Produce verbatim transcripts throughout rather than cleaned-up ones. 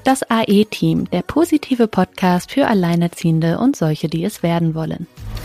Das A E-Team, der positive Podcast für Alleinerziehende und solche, die es werden wollen.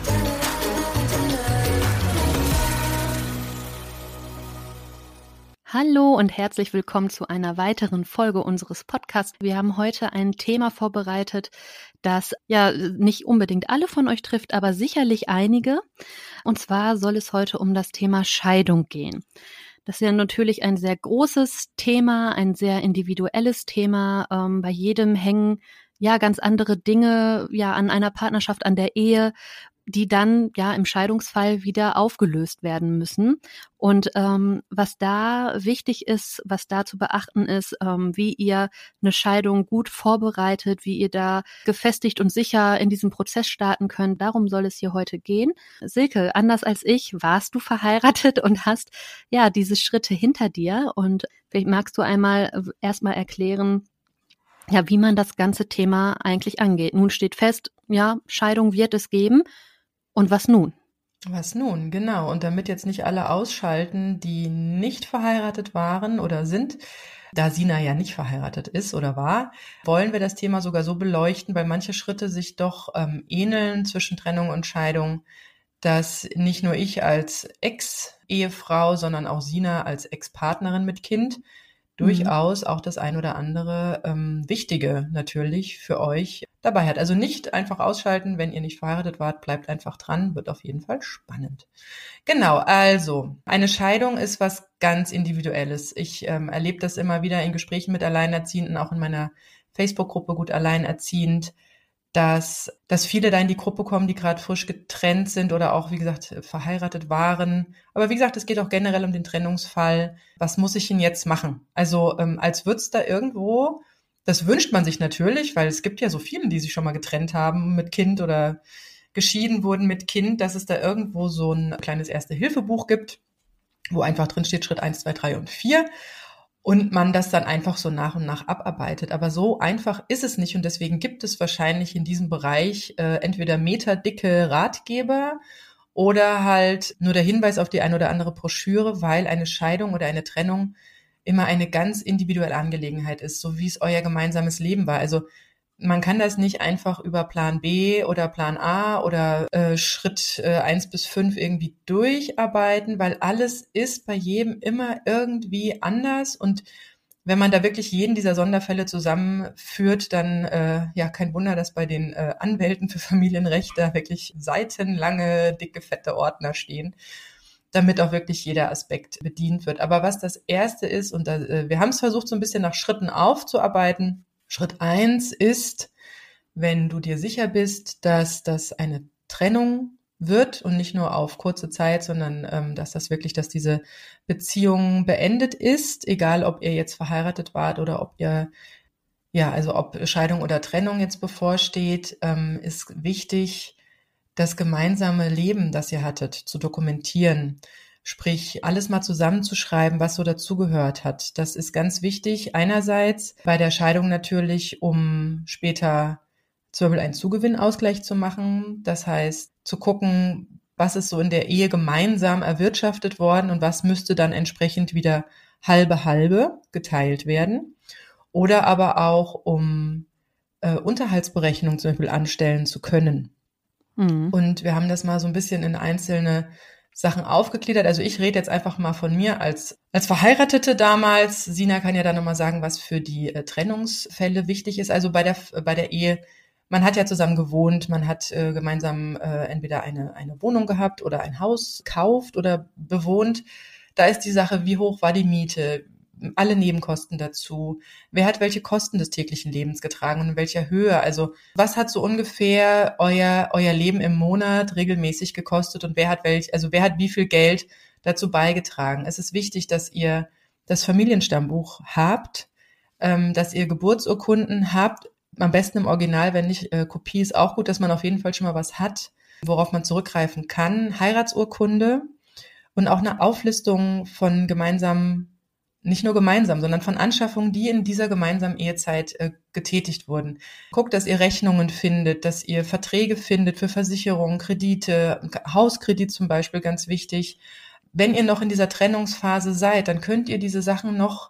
Hallo und herzlich willkommen zu einer weiteren Folge unseres Podcasts. Wir haben heute ein Thema vorbereitet, das ja nicht unbedingt alle von euch trifft, aber sicherlich einige. Und zwar soll es heute um das Thema Scheidung gehen. Das ist ja natürlich ein sehr großes Thema, ein sehr individuelles Thema. Ähm, bei jedem hängen ja ganz andere Dinge ja an einer Partnerschaft, an der Ehe, die dann ja im Scheidungsfall wieder aufgelöst werden müssen. Und ähm, was da wichtig ist, was da zu beachten ist, ähm, wie ihr eine Scheidung gut vorbereitet, wie ihr da gefestigt und sicher in diesem Prozess starten könnt, darum soll es hier heute gehen. Silke, anders als ich, warst du verheiratet und hast ja diese Schritte hinter dir. Und vielleicht magst du einmal erstmal erklären, ja, wie man das ganze Thema eigentlich angeht. Nun steht fest, ja, Scheidung wird es geben. Und was nun? Was nun, genau. Und damit jetzt nicht alle ausschalten, die nicht verheiratet waren oder sind, da Sina ja nicht verheiratet ist oder war, wollen wir das Thema sogar so beleuchten, weil manche Schritte sich doch ähm, ähneln zwischen Trennung und Scheidung, dass nicht nur ich als Ex-Ehefrau, sondern auch Sina als Ex-Partnerin mit Kind durchaus auch das ein oder andere ähm, Wichtige natürlich für euch dabei hat. Also nicht einfach ausschalten, wenn ihr nicht verheiratet wart, bleibt einfach dran, wird auf jeden Fall spannend. Genau, also eine Scheidung ist was ganz Individuelles. Ich ähm, erlebe das immer wieder in Gesprächen mit Alleinerziehenden, auch in meiner Facebook-Gruppe Gut Alleinerziehend, dass, dass viele da in die Gruppe kommen, die gerade frisch getrennt sind oder auch, wie gesagt, verheiratet waren. Aber wie gesagt, es geht auch generell um den Trennungsfall. Was muss ich denn jetzt machen? Also ähm, als würde es da irgendwo, das wünscht man sich natürlich, weil es gibt ja so viele, die sich schon mal getrennt haben mit Kind oder geschieden wurden mit Kind, dass es da irgendwo so ein kleines Erste-Hilfe-Buch gibt, wo einfach drin steht Schritt eins, zwei, drei und vier. Und man das dann einfach so nach und nach abarbeitet. Aber so einfach ist es nicht und deswegen gibt es wahrscheinlich in diesem Bereich äh, entweder meterdicke Ratgeber oder halt nur der Hinweis auf die eine oder andere Broschüre, weil eine Scheidung oder eine Trennung immer eine ganz individuelle Angelegenheit ist, so wie es euer gemeinsames Leben war. Also man kann das nicht einfach über Plan B oder Plan A oder äh, Schritt äh, eins bis fünf irgendwie durcharbeiten, weil alles ist bei jedem immer irgendwie anders. Und wenn man da wirklich jeden dieser Sonderfälle zusammenführt, dann äh, ja kein Wunder, dass bei den äh, Anwälten für Familienrecht da wirklich seitenlange, dicke, fette Ordner stehen, damit auch wirklich jeder Aspekt bedient wird. Aber was das Erste ist, und da, äh, wir haben es versucht, so ein bisschen nach Schritten aufzuarbeiten. Schritt eins ist, wenn du dir sicher bist, dass das eine Trennung wird und nicht nur auf kurze Zeit, sondern ähm, dass das wirklich, dass diese Beziehung beendet ist, egal ob ihr jetzt verheiratet wart oder ob ihr, ja, also ob Scheidung oder Trennung jetzt bevorsteht, ähm, ist wichtig, das gemeinsame Leben, das ihr hattet, zu dokumentieren. Sprich, alles mal zusammenzuschreiben, was so dazugehört hat. Das ist ganz wichtig. Einerseits bei der Scheidung natürlich, um später zum Beispiel einen Zugewinnausgleich zu machen. Das heißt, zu gucken, was ist so in der Ehe gemeinsam erwirtschaftet worden und was müsste dann entsprechend wieder halbe halbe geteilt werden. Oder aber auch, um äh, Unterhaltsberechnung zum Beispiel anstellen zu können. Mhm. Und wir haben das mal so ein bisschen in einzelne Sachen aufgegliedert. Also ich rede jetzt einfach mal von mir als als Verheiratete damals. Sina kann ja dann nochmal sagen, was für die äh, Trennungsfälle wichtig ist. Also bei der bei der Ehe, man hat ja zusammen gewohnt, man hat äh, gemeinsam äh, entweder eine eine Wohnung gehabt oder ein Haus gekauft oder bewohnt. Da ist die Sache, wie hoch war die Miete? Alle Nebenkosten dazu. Wer hat welche Kosten des täglichen Lebens getragen und in welcher Höhe? Also was hat so ungefähr euer euer Leben im Monat regelmäßig gekostet und wer hat welch, also wer hat wie viel Geld dazu beigetragen? Es ist wichtig, dass ihr das Familienstammbuch habt, ähm, dass ihr Geburtsurkunden habt, am besten im Original, wenn nicht äh, Kopie ist auch gut, dass man auf jeden Fall schon mal was hat, worauf man zurückgreifen kann. Heiratsurkunde und auch eine Auflistung von gemeinsamen, nicht nur gemeinsam, sondern von Anschaffungen, die in dieser gemeinsamen Ehezeit äh, getätigt wurden. Guckt, dass ihr Rechnungen findet, dass ihr Verträge findet für Versicherungen, Kredite, Hauskredit zum Beispiel, ganz wichtig. Wenn ihr noch in dieser Trennungsphase seid, dann könnt ihr diese Sachen noch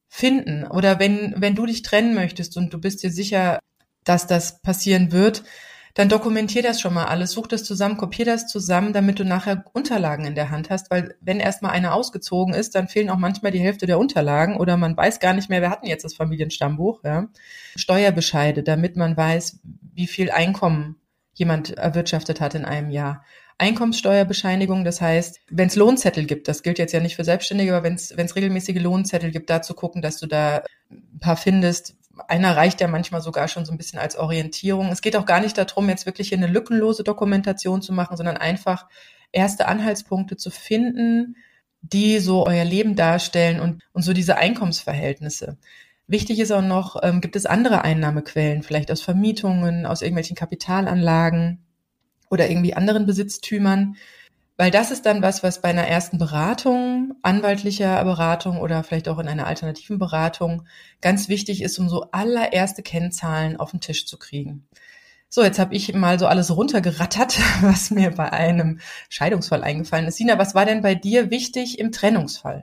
finden. Oder wenn, wenn du dich trennen möchtest und du bist dir sicher, dass das passieren wird, dann dokumentier das schon mal alles, such das zusammen, kopier das zusammen, damit du nachher Unterlagen in der Hand hast, weil wenn erstmal einer ausgezogen ist, dann fehlen auch manchmal die Hälfte der Unterlagen oder man weiß gar nicht mehr, wer hat denn jetzt das Familienstammbuch, ja. Steuerbescheide, damit man weiß, wie viel Einkommen jemand erwirtschaftet hat in einem Jahr. Einkommenssteuerbescheinigung, das heißt, wenn es Lohnzettel gibt, das gilt jetzt ja nicht für Selbstständige, aber wenn es wenn es regelmäßige Lohnzettel gibt, da zu gucken, dass du da ein paar findest. Einer reicht ja manchmal sogar schon so ein bisschen als Orientierung. Es geht auch gar nicht darum, jetzt wirklich hier eine lückenlose Dokumentation zu machen, sondern einfach erste Anhaltspunkte zu finden, die so euer Leben darstellen und, und so diese Einkommensverhältnisse. Wichtig ist auch noch, ähm, gibt es andere Einnahmequellen, vielleicht aus Vermietungen, aus irgendwelchen Kapitalanlagen oder irgendwie anderen Besitztümern. Weil das ist dann was, was bei einer ersten Beratung, anwaltlicher Beratung oder vielleicht auch in einer alternativen Beratung ganz wichtig ist, um so allererste Kennzahlen auf den Tisch zu kriegen. So, jetzt habe ich mal so alles runtergerattert, was mir bei einem Scheidungsfall eingefallen ist. Sina, was war denn bei dir wichtig im Trennungsfall?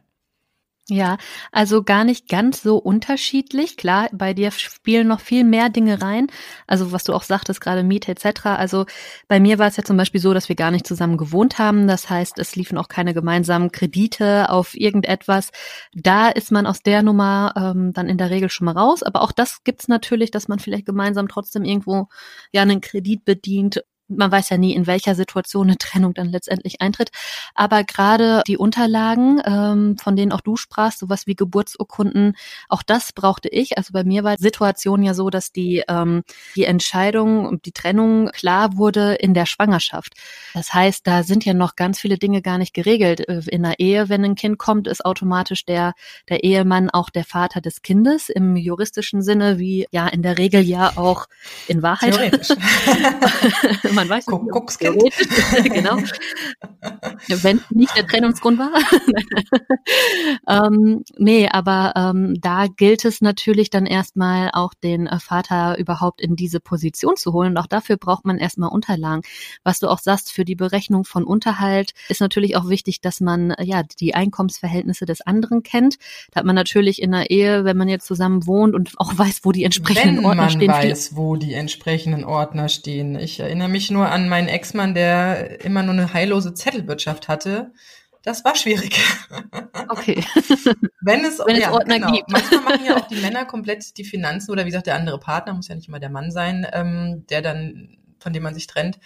Ja, also gar nicht ganz so unterschiedlich. Klar, bei dir spielen noch viel mehr Dinge rein. Also was du auch sagtest, gerade Miete et cetera. Also bei mir war es ja zum Beispiel so, dass wir gar nicht zusammen gewohnt haben. Das heißt, es liefen auch keine gemeinsamen Kredite auf irgendetwas. Da ist man aus der Nummer ähm, dann in der Regel schon mal raus. Aber auch das gibt's natürlich, dass man vielleicht gemeinsam trotzdem irgendwo ja einen Kredit bedient. Man weiß ja nie, in welcher Situation eine Trennung dann letztendlich eintritt. Aber gerade die Unterlagen, ähm, von denen auch du sprachst, sowas wie Geburtsurkunden, auch das brauchte ich. Also bei mir war die Situation ja so, dass die ähm, die Entscheidung und die Trennung klar wurde in der Schwangerschaft. Das heißt, da sind ja noch ganz viele Dinge gar nicht geregelt. In der Ehe, wenn ein Kind kommt, ist automatisch der der Ehemann auch der Vater des Kindes im juristischen Sinne, wie ja in der Regel ja auch in Wahrheit. Theoretisch. Man weiß Guck, nicht, Guckskind. Genau. Wenn es nicht der Trennungsgrund war. ähm, nee, aber ähm, da gilt es natürlich dann erstmal auch den äh, Vater überhaupt in diese Position zu holen. Und auch dafür braucht man erstmal Unterlagen. Was du auch sagst, für die Berechnung von Unterhalt ist natürlich auch wichtig, dass man äh, ja die Einkommensverhältnisse des anderen kennt. Da hat man natürlich in der Ehe, wenn man jetzt zusammen wohnt und auch weiß, wo die entsprechenden Wenn Ordner man stehen. weiß, wo die entsprechenden Ordner stehen. Ich erinnere mich nur an meinen Ex-Mann, der immer nur eine heillose Zettelwirtschaft hatte. Das war schwierig. Okay. Wenn es, Wenn es ja, Ordner genau. gibt. Manchmal machen ja auch die Männer komplett die Finanzen oder wie gesagt, der andere Partner, muss ja nicht immer der Mann sein, ähm, der dann, von dem man sich trennt.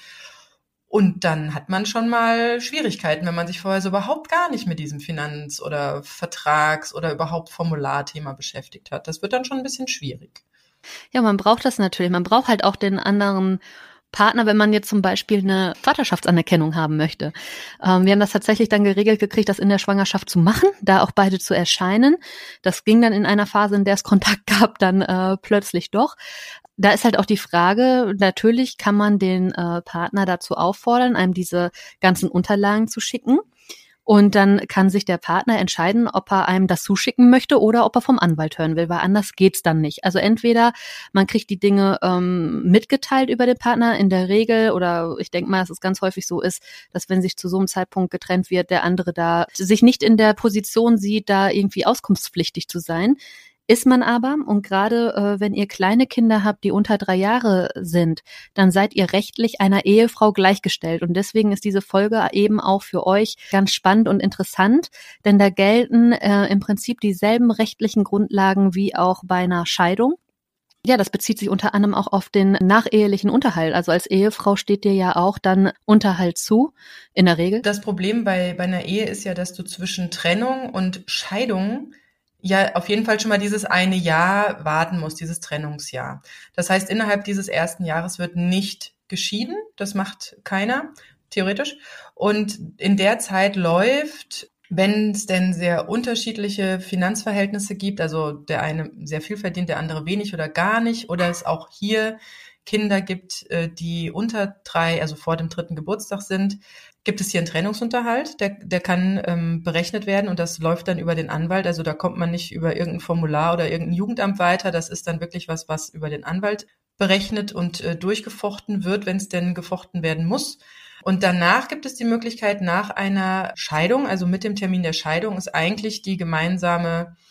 Und dann hat man schon mal Schwierigkeiten, wenn man sich vorher so überhaupt gar nicht mit diesem Finanz- oder Vertrags- oder überhaupt Formularthema beschäftigt hat. Das wird dann schon ein bisschen schwierig. Ja, man braucht das natürlich. Man braucht halt auch den anderen Partner, wenn man jetzt zum Beispiel eine Vaterschaftsanerkennung haben möchte. Ähm, wir haben das tatsächlich dann geregelt gekriegt, das in der Schwangerschaft zu machen, da auch beide zu erscheinen. Das ging dann in einer Phase, in der es Kontakt gab, dann äh, plötzlich doch. Da ist halt auch die Frage, natürlich kann man den äh, Partner dazu auffordern, einem diese ganzen Unterlagen zu schicken. Und dann kann sich der Partner entscheiden, ob er einem das zuschicken möchte oder ob er vom Anwalt hören will, weil anders geht's dann nicht. Also entweder man kriegt die Dinge ähm, mitgeteilt über den Partner in der Regel, oder ich denke mal, dass es ganz häufig so ist, dass wenn sich zu so einem Zeitpunkt getrennt wird, der andere da sich nicht in der Position sieht, da irgendwie auskunftspflichtig zu sein. Ist man aber, und gerade äh, wenn ihr kleine Kinder habt, die unter drei Jahre sind, dann seid ihr rechtlich einer Ehefrau gleichgestellt. Und deswegen ist diese Folge eben auch für euch ganz spannend und interessant, denn da gelten äh, im Prinzip dieselben rechtlichen Grundlagen wie auch bei einer Scheidung. Ja, das bezieht sich unter anderem auch auf den nachehelichen Unterhalt. Also als Ehefrau steht dir ja auch dann Unterhalt zu, in der Regel. Das Problem bei, bei einer Ehe ist ja, dass du zwischen Trennung und Scheidung ja auf jeden Fall schon mal dieses eine Jahr warten muss, dieses Trennungsjahr. Das heißt, innerhalb dieses ersten Jahres wird nicht geschieden. Das macht keiner, theoretisch. Und in der Zeit läuft, wenn es denn sehr unterschiedliche Finanzverhältnisse gibt, also der eine sehr viel verdient, der andere wenig oder gar nicht, oder es auch hier Kinder gibt, die unter drei, also vor dem dritten Geburtstag sind, gibt es hier einen Trennungsunterhalt, der, der kann ähm, berechnet werden und das läuft dann über den Anwalt. Also da kommt man nicht über irgendein Formular oder irgendein Jugendamt weiter. Das ist dann wirklich was, was über den Anwalt berechnet und äh, durchgefochten wird, wenn es denn gefochten werden muss. Und danach gibt es die Möglichkeit, nach einer Scheidung, also mit dem Termin der Scheidung, ist eigentlich die gemeinsame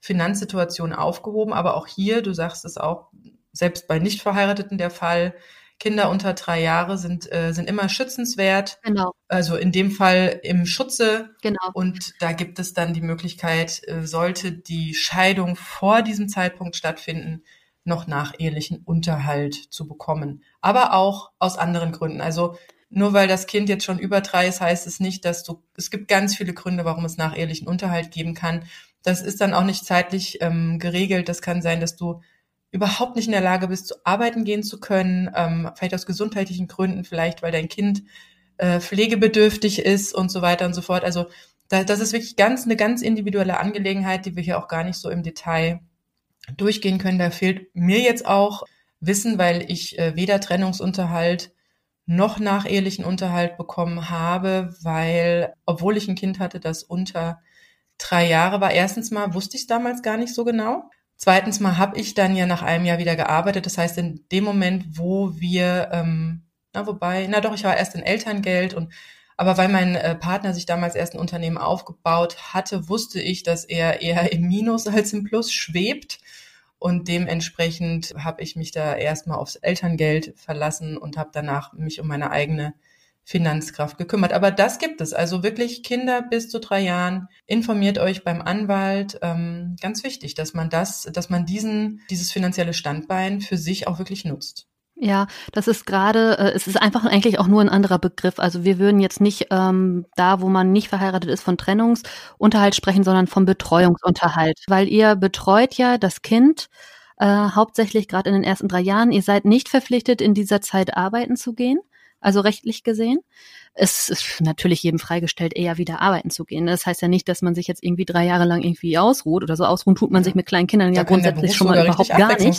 Finanzsituation aufgehoben. Aber auch hier, du sagst es auch, selbst bei Nichtverheirateten der Fall, Kinder unter drei Jahre sind, äh, sind immer schützenswert. Genau. Also in dem Fall im Schutze. Genau. Und da gibt es dann die Möglichkeit, äh, sollte die Scheidung vor diesem Zeitpunkt stattfinden, noch nachehelichen Unterhalt zu bekommen. Aber auch aus anderen Gründen. Also nur weil das Kind jetzt schon über drei ist, heißt es nicht, dass du, es gibt ganz viele Gründe, warum es nachehelichen Unterhalt geben kann. Das ist dann auch nicht zeitlich ähm, geregelt. Das kann sein, dass du überhaupt nicht in der Lage bist, zu arbeiten gehen zu können, ähm, vielleicht aus gesundheitlichen Gründen, vielleicht weil dein Kind äh, pflegebedürftig ist und so weiter und so fort. Also da, das ist wirklich ganz eine ganz individuelle Angelegenheit, die wir hier auch gar nicht so im Detail durchgehen können. Da fehlt mir jetzt auch Wissen, weil ich äh, weder Trennungsunterhalt noch nachehelichen Unterhalt bekommen habe, weil, obwohl ich ein Kind hatte, das unter drei Jahre war, erstens mal wusste ich es damals gar nicht so genau. Zweitens mal habe ich dann ja nach einem Jahr wieder gearbeitet. Das heißt, in dem Moment, wo wir, ähm, na wobei, na doch, ich war erst in Elterngeld und aber weil mein äh, Partner sich damals erst ein Unternehmen aufgebaut hatte, wusste ich, dass er eher im Minus als im Plus schwebt. Und dementsprechend habe ich mich da erstmal aufs Elterngeld verlassen und habe danach mich um meine eigene Finanzkraft gekümmert. Aber das gibt es. Also wirklich Kinder bis zu drei Jahren. Informiert euch beim Anwalt. Ähm, ganz wichtig, dass man das, dass man diesen, dieses finanzielle Standbein für sich auch wirklich nutzt. Ja, das ist gerade, äh, es ist einfach eigentlich auch nur ein anderer Begriff. Also wir würden jetzt nicht ähm, da, wo man nicht verheiratet ist, von Trennungsunterhalt sprechen, sondern vom Betreuungsunterhalt. Weil ihr betreut ja das Kind äh, hauptsächlich gerade in den ersten drei Jahren. Ihr seid nicht verpflichtet, in dieser Zeit arbeiten zu gehen, also rechtlich gesehen. Es ist natürlich jedem freigestellt, eher wieder arbeiten zu gehen. Das heißt ja nicht, dass man sich jetzt irgendwie drei Jahre lang irgendwie ausruht oder so. Ausruhen tut man sich mit kleinen Kindern ja grundsätzlich schon mal überhaupt gar nicht.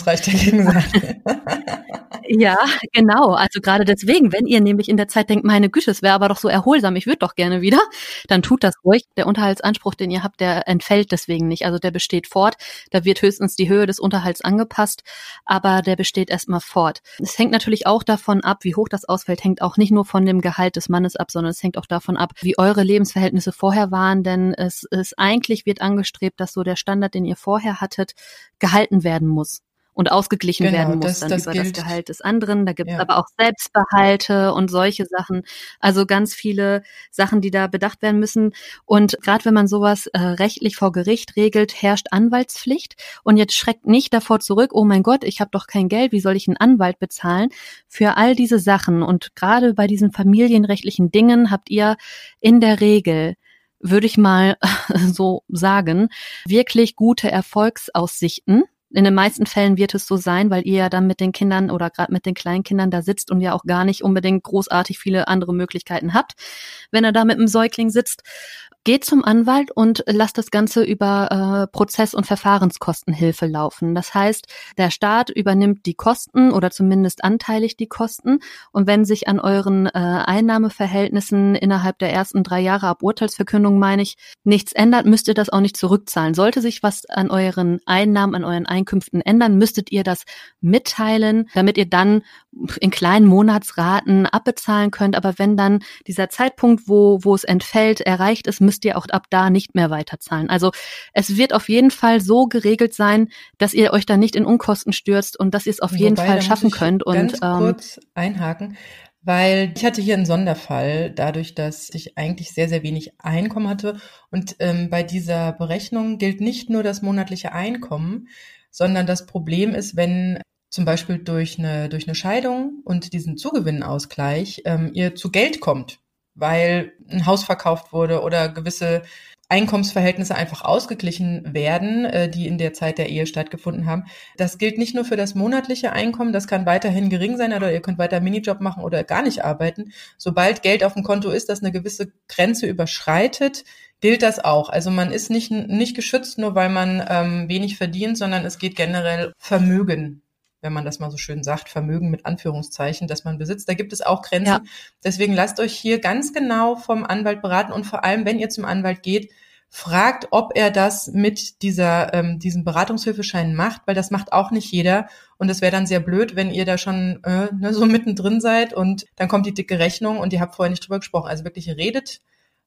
Ja, genau. Also gerade deswegen, wenn ihr nämlich in der Zeit denkt, meine Güte, es wäre aber doch so erholsam, ich würde doch gerne wieder, dann tut das ruhig. Der Unterhaltsanspruch, den ihr habt, der entfällt deswegen nicht. Also der besteht fort. Da wird höchstens die Höhe des Unterhalts angepasst, aber der besteht erstmal fort. Es hängt natürlich auch davon ab, wie hoch das ausfällt, hängt auch nicht nur von dem Gehalt des Mannes ab, sondern es hängt auch davon ab, wie eure Lebensverhältnisse vorher waren, denn es ist eigentlich wird angestrebt, dass so der Standard, den ihr vorher hattet, gehalten werden muss und ausgeglichen genau, werden muss das, dann das über gilt. das Gehalt des anderen. Da gibt es Ja. aber auch Selbstbehalte und solche Sachen. Also ganz viele Sachen, die da bedacht werden müssen. Und gerade wenn man sowas äh, rechtlich vor Gericht regelt, herrscht Anwaltspflicht. Und jetzt schreckt nicht davor zurück, oh mein Gott, ich habe doch kein Geld, wie soll ich einen Anwalt bezahlen? Für all diese Sachen und gerade bei diesen familienrechtlichen Dingen habt ihr in der Regel, würde ich mal so sagen, wirklich gute Erfolgsaussichten. In den meisten Fällen wird es so sein, weil ihr ja dann mit den Kindern oder gerade mit den Kleinkindern da sitzt und ja auch gar nicht unbedingt großartig viele andere Möglichkeiten habt, wenn er da mit einem Säugling sitzt. Geht zum Anwalt und lasst das Ganze über äh, Prozess- und Verfahrenskostenhilfe laufen. Das heißt, der Staat übernimmt die Kosten oder zumindest anteilig die Kosten. Und wenn sich an euren äh, Einnahmeverhältnissen innerhalb der ersten drei Jahre ab Urteilsverkündung, meine ich, nichts ändert, müsst ihr das auch nicht zurückzahlen. Sollte sich was an euren Einnahmen, an euren Einkünften ändern, müsstet ihr das mitteilen, damit ihr dann in kleinen Monatsraten abbezahlen könnt. Aber wenn dann dieser Zeitpunkt, wo wo es entfällt, erreicht ist, müsst ihr auch ab da nicht mehr weiterzahlen. Also es wird auf jeden Fall so geregelt sein, dass ihr euch da nicht in Unkosten stürzt und dass ihr es auf jeden Wobei, Fall da schaffen muss ich könnt. ganz Und ähm, kurz einhaken, weil ich hatte hier einen Sonderfall, dadurch, dass ich eigentlich sehr, sehr wenig Einkommen hatte. Und ähm, bei dieser Berechnung gilt nicht nur das monatliche Einkommen, sondern das Problem ist, wenn zum Beispiel durch eine, durch eine Scheidung und diesen Zugewinnausgleich ähm, ihr zu Geld kommt, weil ein Haus verkauft wurde oder gewisse Einkommensverhältnisse einfach ausgeglichen werden, äh, die in der Zeit der Ehe stattgefunden haben. Das gilt nicht nur für das monatliche Einkommen, das kann weiterhin gering sein oder ihr könnt weiter einen Minijob machen oder gar nicht arbeiten. Sobald Geld auf dem Konto ist, das eine gewisse Grenze überschreitet, gilt das auch. Also man ist nicht, nicht geschützt, nur weil man ähm, wenig verdient, sondern es geht generell Vermögen, wenn man das mal so schön sagt, Vermögen mit Anführungszeichen, das man besitzt. Da gibt es auch Grenzen. Ja. Deswegen lasst euch hier ganz genau vom Anwalt beraten und vor allem, wenn ihr zum Anwalt geht, fragt, ob er das mit dieser ähm, diesem Beratungshilfeschein macht, weil das macht auch nicht jeder. Und es wäre dann sehr blöd, wenn ihr da schon äh, ne, so mittendrin seid und dann kommt die dicke Rechnung und ihr habt vorher nicht drüber gesprochen. Also wirklich redet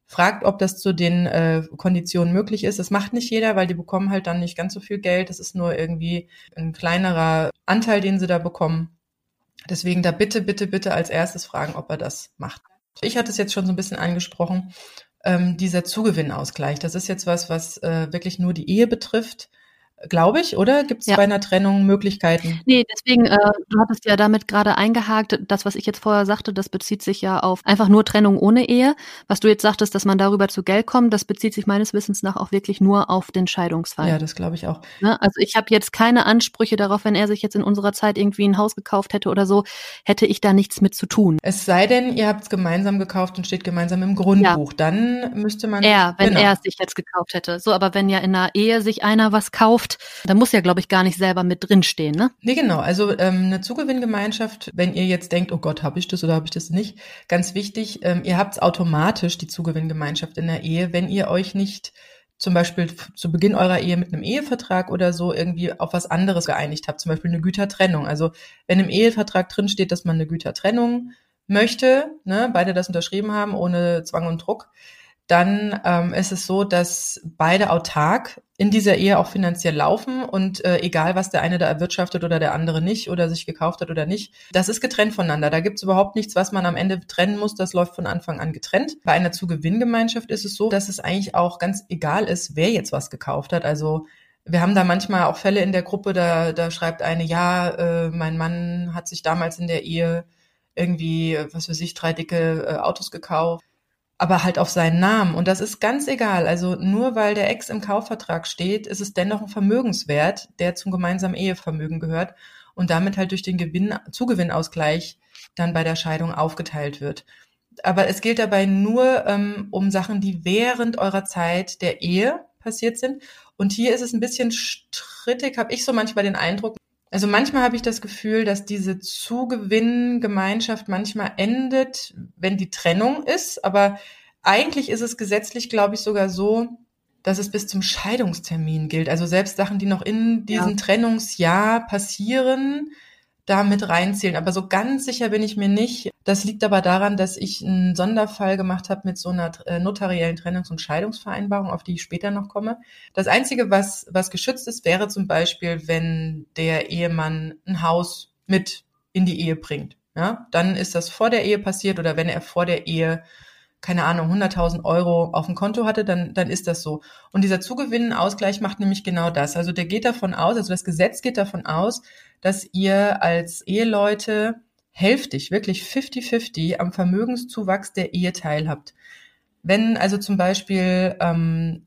Fragt, ob das zu den äh, Konditionen möglich ist. Das macht nicht jeder, weil die bekommen halt dann nicht ganz so viel Geld. Das ist nur irgendwie ein kleinerer Anteil, den sie da bekommen. Deswegen da bitte, bitte, bitte als erstes fragen, ob er das macht. Ich hatte es jetzt schon so ein bisschen angesprochen, ähm, dieser Zugewinnausgleich. Das ist jetzt was, was äh, wirklich nur die Ehe betrifft. Glaube ich, oder? Gibt es Ja. bei einer Trennung Möglichkeiten? Nee, deswegen, äh, du hattest ja damit gerade eingehakt, das, was ich jetzt vorher sagte, das bezieht sich ja auf einfach nur Trennung ohne Ehe. Was du jetzt sagtest, dass man darüber zu Geld kommt, das bezieht sich meines Wissens nach auch wirklich nur auf den Scheidungsfall. Ja, das glaube ich auch. Ne? Also ich habe jetzt keine Ansprüche darauf, wenn er sich jetzt in unserer Zeit irgendwie ein Haus gekauft hätte oder so, hätte ich da nichts mit zu tun. Es sei denn, ihr habt es gemeinsam gekauft und steht gemeinsam im Grundbuch. Ja. Dann müsste man... Er, wenn genau. er es sich jetzt gekauft hätte. So, aber wenn ja in einer Ehe sich einer was kauft, dann muss ja, glaube ich, gar nicht selber mit drinstehen, ne? Nee, genau. Also ähm, eine Zugewinngemeinschaft, wenn ihr jetzt denkt, oh Gott, habe ich das oder habe ich das nicht, ganz wichtig, ähm, ihr habt automatisch die Zugewinngemeinschaft in der Ehe, wenn ihr euch nicht zum Beispiel zu Beginn eurer Ehe mit einem Ehevertrag oder so irgendwie auf was anderes geeinigt habt, zum Beispiel eine Gütertrennung. Also wenn im Ehevertrag drin steht, dass man eine Gütertrennung möchte, ne, beide das unterschrieben haben, ohne Zwang und Druck, dann ähm, ist es so, dass beide autark in dieser Ehe auch finanziell laufen und äh, egal, was der eine da erwirtschaftet oder der andere nicht oder sich gekauft hat oder nicht, das ist getrennt voneinander. Da gibt es überhaupt nichts, was man am Ende trennen muss. Das läuft von Anfang an getrennt. Bei einer Zugewinngemeinschaft ist es so, dass es eigentlich auch ganz egal ist, wer jetzt was gekauft hat. Also wir haben da manchmal auch Fälle in der Gruppe, da, da schreibt eine, ja, äh, mein Mann hat sich damals in der Ehe irgendwie, was weiß ich, drei dicke äh, Autos gekauft, aber halt auf seinen Namen. Und das ist ganz egal. Also nur weil der Ex im Kaufvertrag steht, ist es dennoch ein Vermögenswert, der zum gemeinsamen Ehevermögen gehört und damit halt durch den Gewinn, Zugewinnausgleich dann bei der Scheidung aufgeteilt wird. Aber es gilt dabei nur ähm, um Sachen, die während eurer Zeit der Ehe passiert sind. Und hier ist es ein bisschen strittig, habe ich so manchmal den Eindruck. Also manchmal habe ich das Gefühl, dass diese Zugewinngemeinschaft manchmal endet, wenn die Trennung ist. Aber eigentlich ist es gesetzlich, glaube ich, sogar so, dass es bis zum Scheidungstermin gilt. Also selbst Sachen, die noch in diesem ja. Trennungsjahr passieren, da mit reinzählen. Aber so ganz sicher bin ich mir nicht. Das liegt aber daran, dass ich einen Sonderfall gemacht habe mit so einer notariellen Trennungs- und Scheidungsvereinbarung, auf die ich später noch komme. Das Einzige, was, was geschützt ist, wäre zum Beispiel, wenn der Ehemann ein Haus mit in die Ehe bringt. Ja, dann ist das vor der Ehe passiert oder wenn er vor der Ehe, keine Ahnung, hunderttausend Euro auf dem Konto hatte, dann, dann ist das so. Und dieser Zugewinnausgleich macht nämlich genau das. Also der geht davon aus, also das Gesetz geht davon aus, dass ihr als Eheleute hälftig, wirklich fifty fifty am Vermögenszuwachs der Ehe teilhabt. Wenn also zum Beispiel ähm,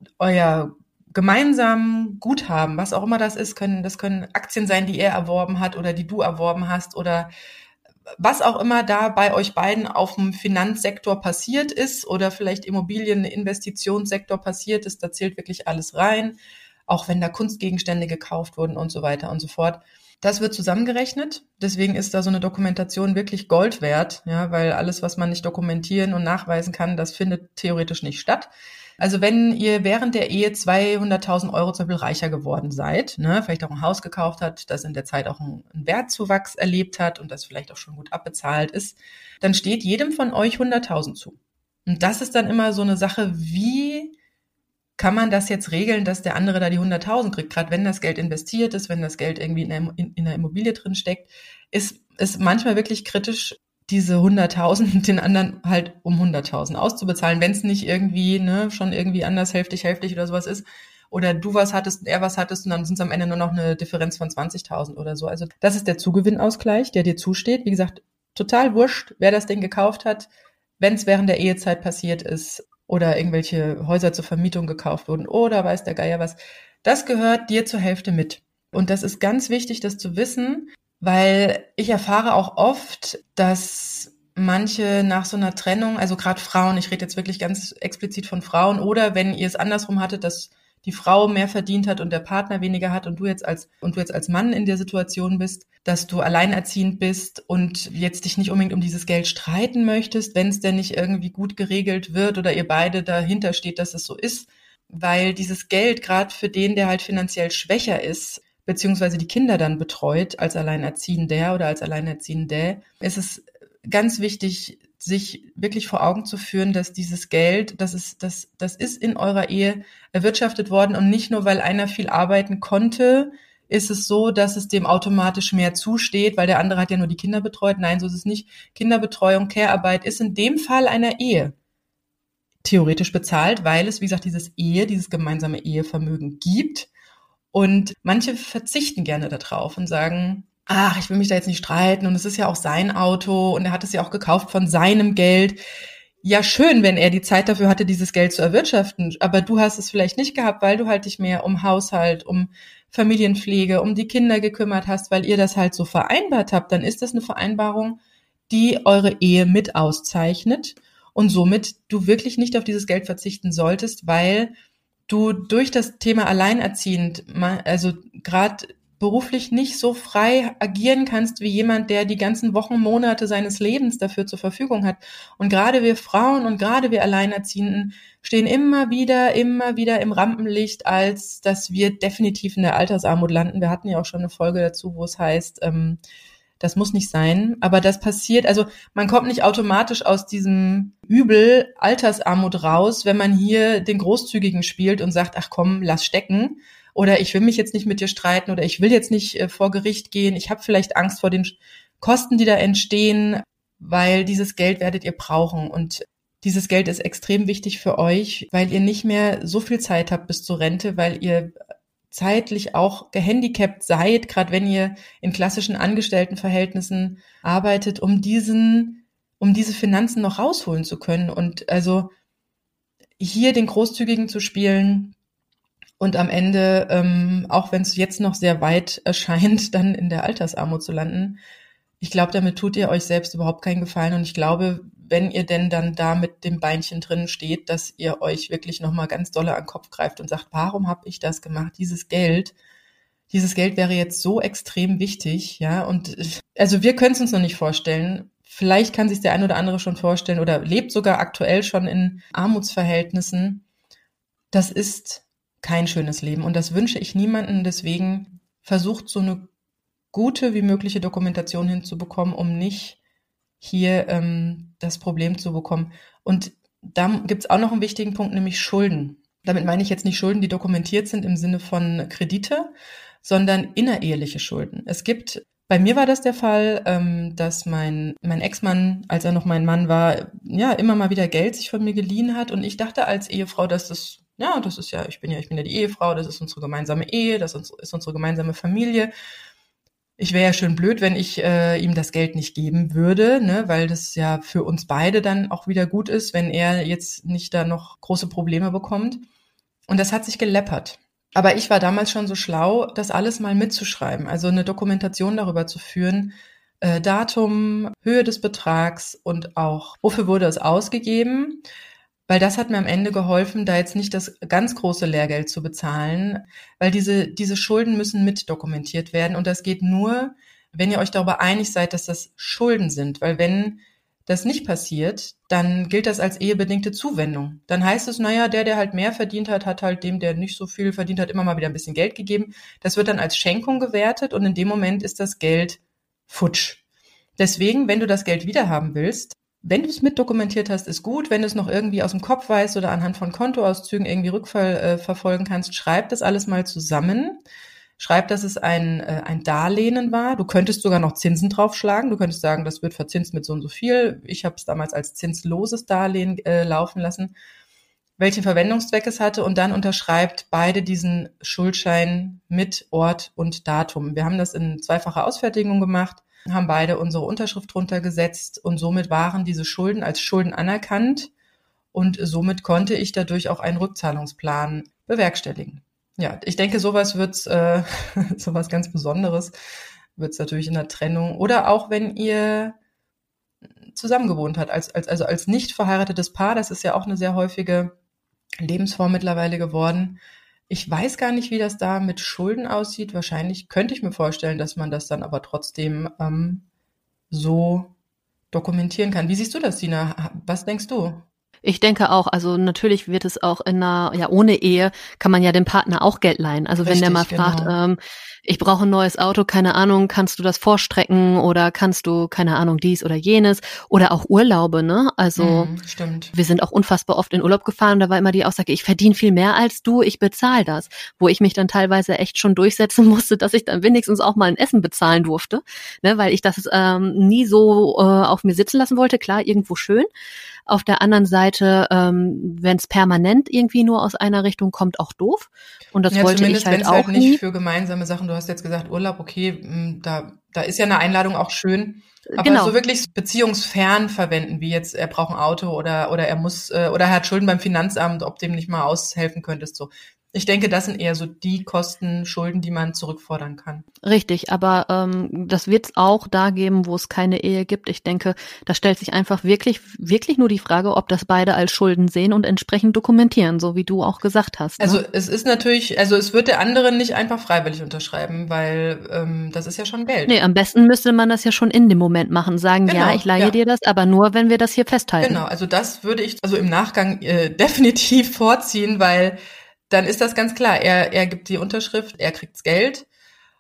euer gemeinsam Guthaben, was auch immer das ist, können, das können Aktien sein, die er erworben hat oder die du erworben hast oder was auch immer da bei euch beiden auf dem Finanzsektor passiert ist oder vielleicht Immobilien, Investitionssektor passiert ist, da zählt wirklich alles rein, auch wenn da Kunstgegenstände gekauft wurden und so weiter und so fort. Das wird zusammengerechnet, deswegen ist da so eine Dokumentation wirklich Gold wert, ja, weil alles, was man nicht dokumentieren und nachweisen kann, das findet theoretisch nicht statt. Also wenn ihr während der Ehe zweihunderttausend Euro zum Beispiel reicher geworden seid, ne, vielleicht auch ein Haus gekauft habt, das in der Zeit auch einen, einen Wertzuwachs erlebt hat und das vielleicht auch schon gut abbezahlt ist, dann steht jedem von euch hunderttausend zu. Und das ist dann immer so eine Sache, wie kann man das jetzt regeln, dass der andere da die hunderttausend kriegt? Gerade wenn das Geld investiert ist, wenn das Geld irgendwie in der, in, in der Immobilie drin steckt, ist es manchmal wirklich kritisch, diese hunderttausend den anderen halt um hunderttausend auszubezahlen, wenn es nicht irgendwie ne schon irgendwie anders hälftig, hälftig oder sowas ist. Oder du was hattest und er was hattest und dann sind es am Ende nur noch eine Differenz von zwanzigtausend oder so. Also das ist der Zugewinnausgleich, der dir zusteht. Wie gesagt, total wurscht, wer das Ding gekauft hat, wenn es während der Ehezeit passiert ist oder irgendwelche Häuser zur Vermietung gekauft wurden oder weiß der Geier was. Das gehört dir zur Hälfte mit. Und das ist ganz wichtig, das zu wissen, weil ich erfahre auch oft, dass manche nach so einer Trennung, also gerade Frauen, ich rede jetzt wirklich ganz explizit von Frauen, oder wenn ihr es andersrum hattet, dass die Frau mehr verdient hat und der Partner weniger hat und du jetzt als und du jetzt als Mann in der Situation bist, dass du alleinerziehend bist und jetzt dich nicht unbedingt um dieses Geld streiten möchtest, wenn es denn nicht irgendwie gut geregelt wird oder ihr beide dahinter steht, dass es so ist, weil dieses Geld gerade für den, der halt finanziell schwächer ist, beziehungsweise die Kinder dann betreut als Alleinerziehender oder als Alleinerziehende, ist es ganz wichtig, sich wirklich vor Augen zu führen, dass dieses Geld, das ist, das, das ist in eurer Ehe erwirtschaftet worden und nicht nur, weil einer viel arbeiten konnte, ist es so, dass es dem automatisch mehr zusteht, weil der andere hat ja nur die Kinder betreut. Nein, so ist es nicht. Kinderbetreuung, Care-Arbeit ist in dem Fall einer Ehe theoretisch bezahlt, weil es, wie gesagt, dieses Ehe, dieses gemeinsame Ehevermögen gibt. Und manche verzichten gerne darauf und sagen, ach, ich will mich da jetzt nicht streiten und es ist ja auch sein Auto und er hat es ja auch gekauft von seinem Geld. Ja, schön, wenn er die Zeit dafür hatte, dieses Geld zu erwirtschaften, aber du hast es vielleicht nicht gehabt, weil du halt dich mehr um Haushalt, um Familienpflege, um die Kinder gekümmert hast, weil ihr das halt so vereinbart habt, dann ist das eine Vereinbarung, die eure Ehe mit auszeichnet und somit du wirklich nicht auf dieses Geld verzichten solltest, weil du durch das Thema alleinerziehend, also gerade beruflich nicht so frei agieren kannst wie jemand, der die ganzen Wochen, Monate seines Lebens dafür zur Verfügung hat. Und gerade wir Frauen und gerade wir Alleinerziehenden stehen immer wieder, immer wieder im Rampenlicht, als dass wir definitiv in der Altersarmut landen. Wir hatten ja auch schon eine Folge dazu, wo es heißt, ähm, das muss nicht sein, aber das passiert, also man kommt nicht automatisch aus diesem Übel Altersarmut raus, wenn man hier den Großzügigen spielt und sagt, ach komm, lass stecken. Oder ich will mich jetzt nicht mit dir streiten oder ich will jetzt nicht äh, vor Gericht gehen. Ich habe vielleicht Angst vor den Kosten, die da entstehen, weil dieses Geld werdet ihr brauchen. Und dieses Geld ist extrem wichtig für euch, weil ihr nicht mehr so viel Zeit habt bis zur Rente, weil ihr zeitlich auch gehandicapt seid, gerade wenn ihr in klassischen Angestelltenverhältnissen arbeitet, um diesen, um diese Finanzen noch rausholen zu können. Und also hier den Großzügigen zu spielen, und am Ende, ähm, auch wenn es jetzt noch sehr weit erscheint, dann in der Altersarmut zu landen, ich glaube, damit tut ihr euch selbst überhaupt keinen Gefallen. Und ich glaube, wenn ihr denn dann da mit dem Beinchen drin steht, dass ihr euch wirklich nochmal ganz dolle an den Kopf greift und sagt, warum habe ich das gemacht? Dieses Geld, dieses Geld wäre jetzt so extrem wichtig, ja. Und also wir können es uns noch nicht vorstellen. Vielleicht kann sich der ein oder andere schon vorstellen oder lebt sogar aktuell schon in Armutsverhältnissen. Das ist kein schönes Leben und das wünsche ich niemandem. Deswegen versucht so eine gute wie mögliche Dokumentation hinzubekommen, um nicht hier ähm, das Problem zu bekommen. Und da gibt's auch noch einen wichtigen Punkt, nämlich Schulden. Damit meine ich jetzt nicht Schulden, die dokumentiert sind im Sinne von Kredite, sondern innereheliche Schulden. Es gibt, bei mir war das der Fall, ähm, dass mein mein Ex-Mann, als er noch mein Mann war, ja immer mal wieder Geld sich von mir geliehen hat und ich dachte als Ehefrau, dass das ja, das ist ja, ich bin ja, ich bin ja die Ehefrau, das ist unsere gemeinsame Ehe, das ist unsere gemeinsame Familie. Ich wäre ja schön blöd, wenn ich äh, ihm das Geld nicht geben würde, ne, weil das ja für uns beide dann auch wieder gut ist, wenn er jetzt nicht da noch große Probleme bekommt. Und das hat sich geleppert. Aber ich war damals schon so schlau, das alles mal mitzuschreiben, also eine Dokumentation darüber zu führen, äh, Datum, Höhe des Betrags und auch, wofür wurde es ausgegeben. Weil das hat mir am Ende geholfen, da jetzt nicht das ganz große Lehrgeld zu bezahlen, weil diese, diese Schulden müssen mit dokumentiert werden und das geht nur, wenn ihr euch darüber einig seid, dass das Schulden sind, weil wenn das nicht passiert, dann gilt das als ehebedingte Zuwendung. Dann heißt es, naja, der, der halt mehr verdient hat, hat halt dem, der nicht so viel verdient hat, immer mal wieder ein bisschen Geld gegeben. Das wird dann als Schenkung gewertet und in dem Moment ist das Geld futsch. Deswegen, wenn du das Geld wiederhaben willst, wenn du es mit dokumentiert hast, ist gut. Wenn du es noch irgendwie aus dem Kopf weißt oder anhand von Kontoauszügen irgendwie rückverfolgen äh, kannst, schreib das alles mal zusammen. Schreib, dass es ein, äh, ein Darlehen war. Du könntest sogar noch Zinsen draufschlagen. Du könntest sagen, das wird verzinst mit so und so viel. Ich habe es damals als zinsloses Darlehen äh, laufen lassen, welchen Verwendungszweck es hatte. Und dann unterschreibt beide diesen Schuldschein mit Ort und Datum. Wir haben das in zweifacher Ausfertigung gemacht, haben beide unsere Unterschrift drunter gesetzt und somit waren diese Schulden als Schulden anerkannt und somit konnte ich dadurch auch einen Rückzahlungsplan bewerkstelligen. Ja, ich denke, sowas wird's, äh, sowas ganz Besonderes wird's natürlich in der Trennung oder auch wenn ihr zusammengewohnt habt, als, als, also als nicht verheiratetes Paar, das ist ja auch eine sehr häufige Lebensform mittlerweile geworden. Ich weiß gar nicht, wie das da mit Schulden aussieht. Wahrscheinlich könnte ich mir vorstellen, dass man das dann aber trotzdem ähm, so dokumentieren kann. Wie siehst du das, Sina? Was denkst du? Ich denke auch, also natürlich wird es auch in einer, ja ohne Ehe kann man ja dem Partner auch Geld leihen. Also wenn der mal Richtig, fragt, genau. ähm, ich brauche ein neues Auto, keine Ahnung, kannst du das vorstrecken oder kannst du, keine Ahnung, dies oder jenes oder auch Urlaube, ne? Also Mhm, stimmt. wir sind auch unfassbar oft in Urlaub gefahren und da war immer die Aussage, ich verdiene viel mehr als du, ich bezahle das. Wo ich mich dann teilweise echt schon durchsetzen musste, dass ich dann wenigstens auch mal ein Essen bezahlen durfte, ne? Weil ich das ähm, nie so äh, auf mir sitzen lassen wollte. Klar, irgendwo schön. Auf der anderen Seite, ähm, wenn es permanent irgendwie nur aus einer Richtung kommt, auch doof. Und das Ja, wollte ich zumindest wenn halt es halt auch nicht nie. für gemeinsame Sachen, du hast jetzt gesagt Urlaub, okay, m, da, da ist ja eine Einladung auch schön, aber so Genau. wirklich beziehungsfern verwenden, wie jetzt, er braucht ein Auto oder, oder er muss, äh, oder er hat Schulden beim Finanzamt, ob dem nicht mal aushelfen könntest, so. Ich denke, das sind eher so die Kosten, Schulden, die man zurückfordern kann. Richtig, aber ähm, das wird es auch da geben, wo es keine Ehe gibt. Ich denke, da stellt sich einfach wirklich, wirklich nur die Frage, ob das beide als Schulden sehen und entsprechend dokumentieren, so wie du auch gesagt hast. Ne? Also es ist natürlich, also es wird der andere nicht einfach freiwillig unterschreiben, weil ähm, das ist ja schon Geld. Nee, am besten müsste man das ja schon in dem Moment machen, sagen, Genau, ja, ich leihe ja. dir das, aber nur, wenn wir das hier festhalten. Genau, also das würde ich also im Nachgang äh, definitiv vorziehen, weil dann ist das ganz klar. Er, er gibt die Unterschrift, er kriegt's Geld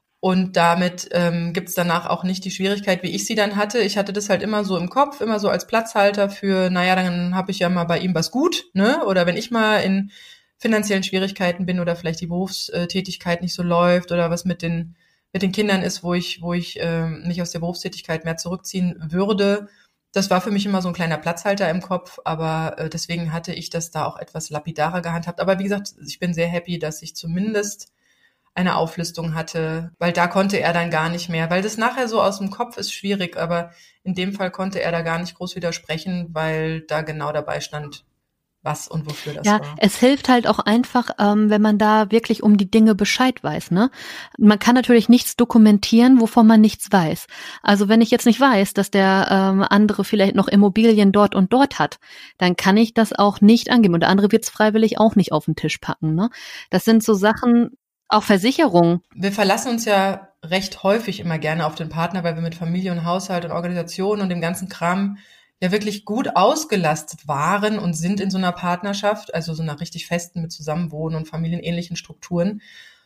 und damit ähm, gibt's danach auch nicht die Schwierigkeit, wie ich sie dann hatte. Ich hatte das halt immer so im Kopf, immer so als Platzhalter für, naja, dann habe ich ja mal bei ihm was gut, ne? Oder wenn ich mal in finanziellen Schwierigkeiten bin oder vielleicht die Berufstätigkeit nicht so läuft oder was mit den mit den Kindern ist, wo ich wo ich ähm, mich aus der Berufstätigkeit mehr zurückziehen würde. Das war für mich immer so ein kleiner Platzhalter im Kopf, aber äh, deswegen hatte ich das da auch etwas lapidarer gehandhabt. Aber wie gesagt, ich bin sehr happy, dass ich zumindest eine Auflistung hatte, weil da konnte er dann gar nicht mehr, weil das nachher so aus dem Kopf ist schwierig, aber in dem Fall konnte er da gar nicht groß widersprechen, weil da genau dabei stand, was und wofür das Ja, war. es hilft halt auch einfach, ähm, wenn man da wirklich um die Dinge Bescheid weiß, ne? Man kann natürlich nichts dokumentieren, wovon man nichts weiß. Also wenn ich jetzt nicht weiß, dass der ähm, andere vielleicht noch Immobilien dort und dort hat, dann kann ich das auch nicht angeben. Und der andere wird es freiwillig auch nicht auf den Tisch packen, ne? Das sind so Sachen, auch Versicherungen. Wir verlassen uns ja recht häufig immer gerne auf den Partner, weil wir mit Familie und Haushalt und Organisation und dem ganzen Kram ja wirklich gut ausgelastet waren und sind in so einer Partnerschaft, also so einer richtig festen mit Zusammenwohnen und familienähnlichen Strukturen.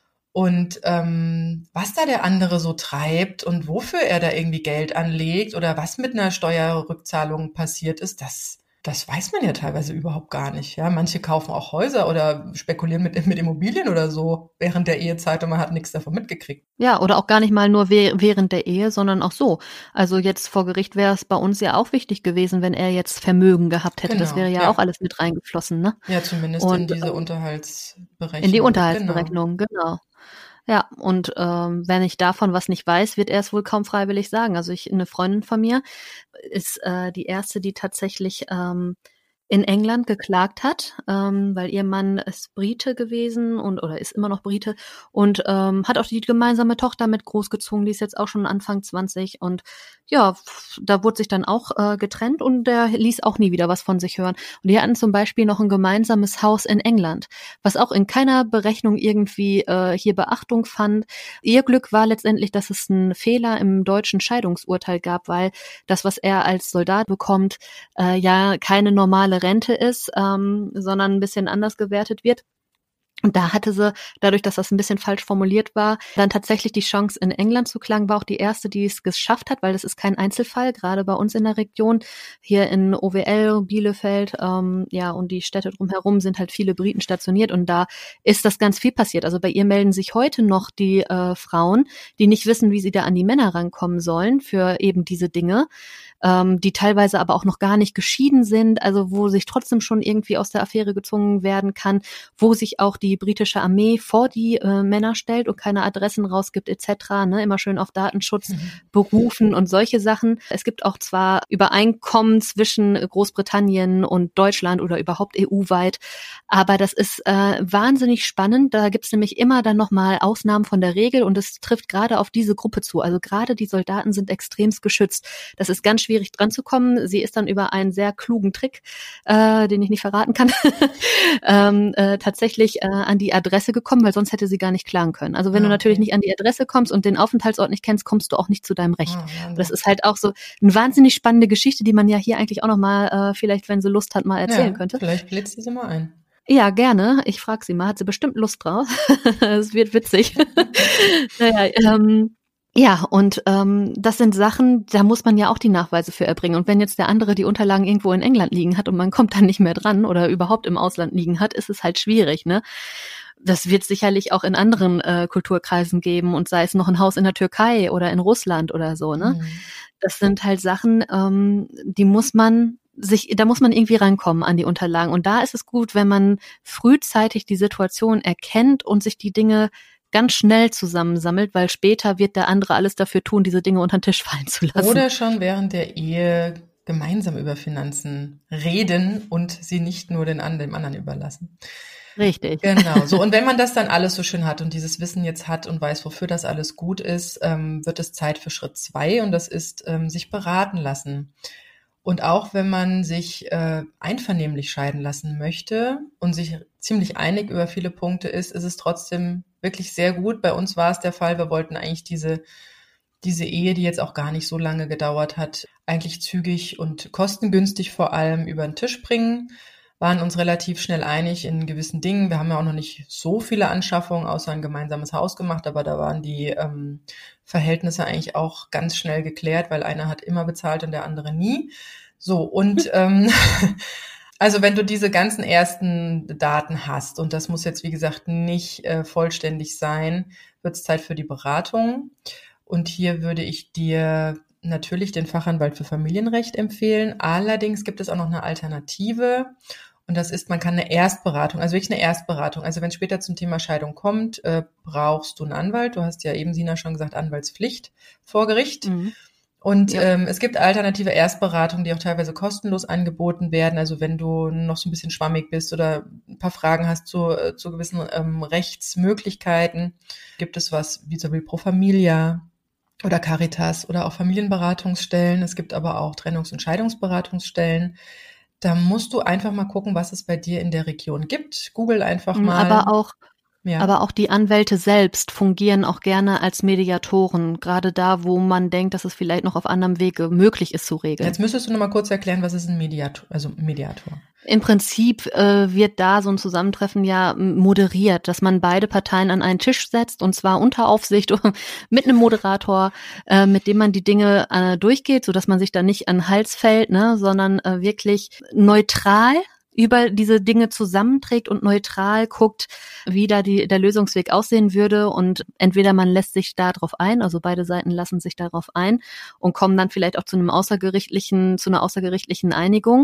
Und ähm, was da der andere so treibt und wofür er da irgendwie Geld anlegt oder was mit einer Steuerrückzahlung passiert ist, das das weiß man ja teilweise überhaupt gar nicht. Ja, manche kaufen auch Häuser oder spekulieren mit, mit Immobilien oder so während der Ehezeit und man hat nichts davon mitgekriegt. Ja, oder auch gar nicht mal nur während der Ehe, sondern auch so. Also jetzt vor Gericht wäre es bei uns ja auch wichtig gewesen, wenn er jetzt Vermögen gehabt hätte. Genau, Das wäre ja, ja. auch alles mit reingeflossen, ne? Ja, zumindest Und in diese ähm, Unterhaltsberechnung. in die Genau. Unterhaltsberechnung, genau. Ja, und ähm, wenn ich davon was nicht weiß, wird er es wohl kaum freiwillig sagen. Also ich, eine Freundin von mir ist äh, die erste, die tatsächlich ähm, in England geklagt hat, ähm, weil ihr Mann ist Brite gewesen und oder ist immer noch Brite und ähm, hat auch die gemeinsame Tochter mit großgezogen, die ist jetzt auch schon Anfang zwanzig und ja, da wurde sich dann auch äh, getrennt und der ließ auch nie wieder was von sich hören. Und die hatten zum Beispiel noch ein gemeinsames Haus in England, was auch in keiner Berechnung irgendwie äh, hier Beachtung fand. Ihr Glück war letztendlich, dass es einen Fehler im deutschen Scheidungsurteil gab, weil das, was er als Soldat bekommt, äh, ja keine normale Rente ist, ähm, sondern ein bisschen anders gewertet wird. Und da hatte sie, dadurch, dass das ein bisschen falsch formuliert war, dann tatsächlich die Chance, in England zu klagen, war auch die erste, die es geschafft hat, weil das ist kein Einzelfall, gerade bei uns in der Region, hier in O W L, Bielefeld, ähm, ja, und die Städte drumherum sind halt viele Briten stationiert und da ist das ganz viel passiert. Also bei ihr melden sich heute noch die äh, Frauen, die nicht wissen, wie sie da an die Männer rankommen sollen für eben diese Dinge, ähm, die teilweise aber auch noch gar nicht geschieden sind, also wo sich trotzdem schon irgendwie aus der Affäre gezogen werden kann, wo sich auch die britische Armee vor die äh, Männer stellt und keine Adressen rausgibt et cetera. Ne, immer schön auf Datenschutz mhm. berufen und solche Sachen. Es gibt auch zwar Übereinkommen zwischen Großbritannien und Deutschland oder überhaupt E U-weit, aber das ist äh, wahnsinnig spannend. Da gibt es nämlich immer dann nochmal Ausnahmen von der Regel und es trifft gerade auf diese Gruppe zu. Also gerade die Soldaten sind extremst geschützt. Das ist ganz schwierig schwierig dran zu kommen. Sie ist dann über einen sehr klugen Trick, äh, den ich nicht verraten kann, ähm, äh, tatsächlich äh, an die Adresse gekommen, weil sonst hätte sie gar nicht klagen können. Also wenn Ah, du natürlich okay. nicht an die Adresse kommst und den Aufenthaltsort nicht kennst, kommst du auch nicht zu deinem Recht. Ah, Und das Wahnsinn. ist halt auch so eine wahnsinnig spannende Geschichte, die man ja hier eigentlich auch nochmal, äh, vielleicht, wenn sie Lust hat, mal erzählen Ja, könnte. vielleicht blitzt sie sie mal ein. Ja, gerne. Ich frage sie mal. Hat sie bestimmt Lust drauf. Es wird witzig. Naja, ähm, ja, und ähm, das sind Sachen, da muss man ja auch die Nachweise für erbringen. Und wenn jetzt der andere die Unterlagen irgendwo in England liegen hat und man kommt dann nicht mehr dran oder überhaupt im Ausland liegen hat, ist es halt schwierig, ne? Das wird sicherlich auch in anderen äh, Kulturkreisen geben und sei es noch ein Haus in der Türkei oder in Russland oder so, ne? Mhm. Das sind halt Sachen, ähm, die muss man sich, da muss man irgendwie rankommen an die Unterlagen. Und da ist es gut, wenn man frühzeitig die Situation erkennt und sich die Dinge ganz schnell zusammensammelt, weil später wird der andere alles dafür tun, diese Dinge unter den Tisch fallen zu lassen. Oder schon während der Ehe gemeinsam über Finanzen reden und sie nicht nur den, dem anderen überlassen. Richtig. Genau, so. Und wenn man das dann alles so schön hat und dieses Wissen jetzt hat und weiß, wofür das alles gut ist, ähm, wird es Zeit für Schritt zwei und das ist, ähm, sich beraten lassen. Und auch wenn man sich äh, einvernehmlich scheiden lassen möchte und sich ziemlich einig über viele Punkte ist, ist es trotzdem wirklich sehr gut. Bei uns war es der Fall, wir wollten eigentlich diese, diese Ehe, die jetzt auch gar nicht so lange gedauert hat, eigentlich zügig und kostengünstig vor allem über den Tisch bringen, waren uns relativ schnell einig in gewissen Dingen. Wir haben ja auch noch nicht so viele Anschaffungen außer ein gemeinsames Haus gemacht, aber da waren die ähm, Verhältnisse eigentlich auch ganz schnell geklärt, weil einer hat immer bezahlt und der andere nie. So, und ähm, also wenn du diese ganzen ersten Daten hast, und das muss jetzt, wie gesagt, nicht äh, vollständig sein, wird es Zeit für die Beratung. Und hier würde ich dir natürlich den Fachanwalt für Familienrecht empfehlen. Allerdings gibt es auch noch eine Alternative. Und das ist, man kann eine Erstberatung, also wirklich eine Erstberatung. Also wenn es später zum Thema Scheidung kommt, äh, brauchst du einen Anwalt. Du hast ja eben, Sina, schon gesagt, Anwaltspflicht vor Gericht. Mhm. Und Ja. ähm, es gibt alternative Erstberatungen, die auch teilweise kostenlos angeboten werden. Also wenn du noch so ein bisschen schwammig bist oder ein paar Fragen hast zu, äh, zu gewissen ähm, Rechtsmöglichkeiten, gibt es was wie zum Beispiel Pro Familia oder Caritas oder auch Familienberatungsstellen. Es gibt aber auch Trennungs- und Scheidungsberatungsstellen. Da musst du einfach mal gucken, was es bei dir in der Region gibt. Google einfach Mhm, mal. Aber auch Ja. Aber auch die Anwälte selbst fungieren auch gerne als Mediatoren, gerade da, wo man denkt, dass es vielleicht noch auf anderem Wege möglich ist zu regeln. Jetzt müsstest du noch mal kurz erklären, was ist ein Mediator, also Mediator? Im Prinzip äh, wird da so ein Zusammentreffen ja moderiert, dass man beide Parteien an einen Tisch setzt und zwar unter Aufsicht mit einem Moderator, äh, mit dem man die Dinge äh, durchgeht, sodass man sich da nicht an den Hals fällt, ne, sondern äh, wirklich neutral über diese Dinge zusammenträgt und neutral guckt, wie da die, der Lösungsweg aussehen würde und entweder man lässt sich da drauf ein, also beide Seiten lassen sich darauf ein und kommen dann vielleicht auch zu einem außergerichtlichen, zu einer außergerichtlichen Einigung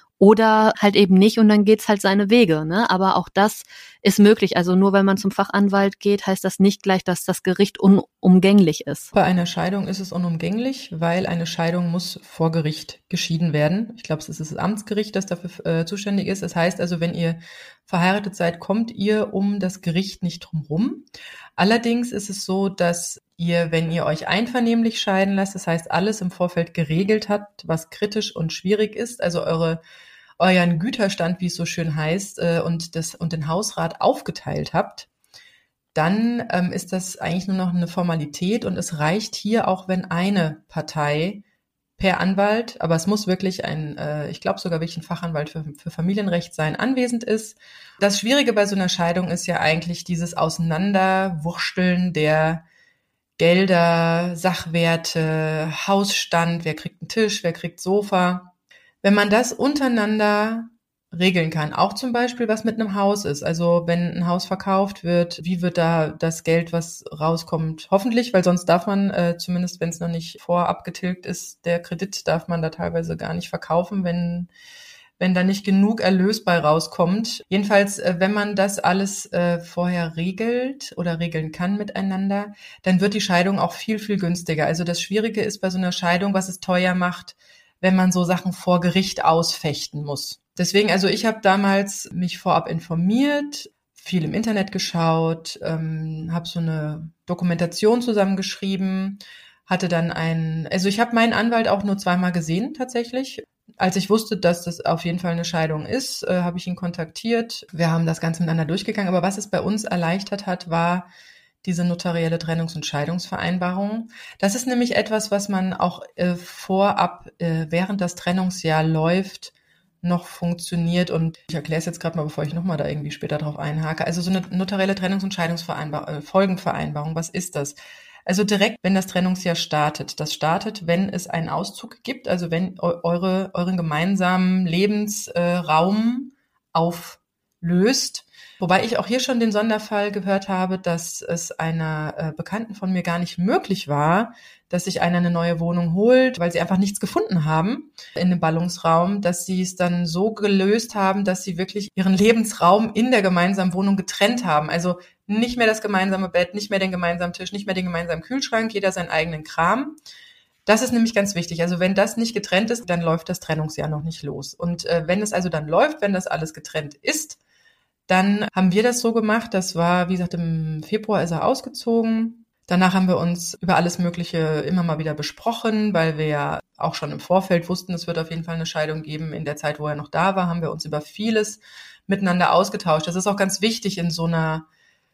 oder halt eben nicht und dann geht's halt seine Wege, ne? Aber auch das ist möglich. Also nur weil man zum Fachanwalt geht, heißt das nicht gleich, dass das Gericht unumgänglich ist. Bei einer Scheidung ist es unumgänglich, weil eine Scheidung muss vor Gericht geschieden werden. Ich glaube, es ist das Amtsgericht, das dafür äh, zuständig ist. Das heißt also, wenn ihr verheiratet seid, kommt ihr um das Gericht nicht drum rum. Allerdings ist es so, dass ihr, wenn ihr euch einvernehmlich scheiden lasst, das heißt, alles im Vorfeld geregelt habt, was kritisch und schwierig ist, also eure euren Güterstand, wie es so schön heißt, äh, und das und den Hausrat aufgeteilt habt, dann ähm, ist das eigentlich nur noch eine Formalität und es reicht hier auch, wenn eine Partei per Anwalt, aber es muss wirklich ein, äh, ich glaube sogar wirklich ein Fachanwalt für, für Familienrecht sein, anwesend ist. Das Schwierige bei so einer Scheidung ist ja eigentlich dieses Auseinanderwursteln der Gelder, Sachwerte, Hausstand, wer kriegt einen Tisch, wer kriegt Sofa. Wenn man das untereinander regeln kann, auch zum Beispiel, was mit einem Haus ist. Also wenn ein Haus verkauft wird, wie wird da das Geld, was rauskommt, hoffentlich, weil sonst darf man, äh, zumindest wenn es noch nicht vorab getilgt ist, der Kredit darf man da teilweise gar nicht verkaufen, wenn wenn da nicht genug Erlös bei rauskommt. Jedenfalls, äh, wenn man das alles äh, vorher regelt oder regeln kann miteinander, dann wird die Scheidung auch viel, viel günstiger. Also das Schwierige ist bei so einer Scheidung, was es teuer macht, wenn man so Sachen vor Gericht ausfechten muss. Deswegen, also ich habe damals mich vorab informiert, viel im Internet geschaut, ähm, habe so eine Dokumentation zusammengeschrieben, hatte dann einen, also ich habe meinen Anwalt auch nur zweimal gesehen tatsächlich. Als ich wusste, dass das auf jeden Fall eine Scheidung ist, äh, habe ich ihn kontaktiert. Wir haben das Ganze miteinander durchgegangen. Aber was es bei uns erleichtert hat, war diese notarielle Trennungs- und Scheidungsvereinbarung. Das ist nämlich etwas, was man auch äh, vorab, äh, während das Trennungsjahr läuft, noch funktioniert. Und ich erkläre es jetzt gerade mal, bevor ich nochmal da irgendwie später drauf einhake. Also so eine notarielle Trennungs- und Scheidungsvereinbarung, äh, Folgenvereinbarung, was ist das? Also direkt, wenn das Trennungsjahr startet. Das startet, wenn es einen Auszug gibt, also wenn eure, euren gemeinsamen Lebensraum auflöst. Wobei ich auch hier schon den Sonderfall gehört habe, dass es einer äh, Bekannten von mir gar nicht möglich war, dass sich einer eine neue Wohnung holt, weil sie einfach nichts gefunden haben in dem Ballungsraum, dass sie es dann so gelöst haben, dass sie wirklich ihren Lebensraum in der gemeinsamen Wohnung getrennt haben. Also nicht mehr das gemeinsame Bett, nicht mehr den gemeinsamen Tisch, nicht mehr den gemeinsamen Kühlschrank, jeder seinen eigenen Kram. Das ist nämlich ganz wichtig. Also wenn das nicht getrennt ist, dann läuft das Trennungsjahr noch nicht los. Und äh, wenn es also dann läuft, wenn das alles getrennt ist, dann haben wir das so gemacht, das war, wie gesagt, im Februar ist er ausgezogen. Danach haben wir uns über alles Mögliche immer mal wieder besprochen, weil wir ja auch schon im Vorfeld wussten, es wird auf jeden Fall eine Scheidung geben. In der Zeit, wo er noch da war, haben wir uns über vieles miteinander ausgetauscht. Das ist auch ganz wichtig in so einer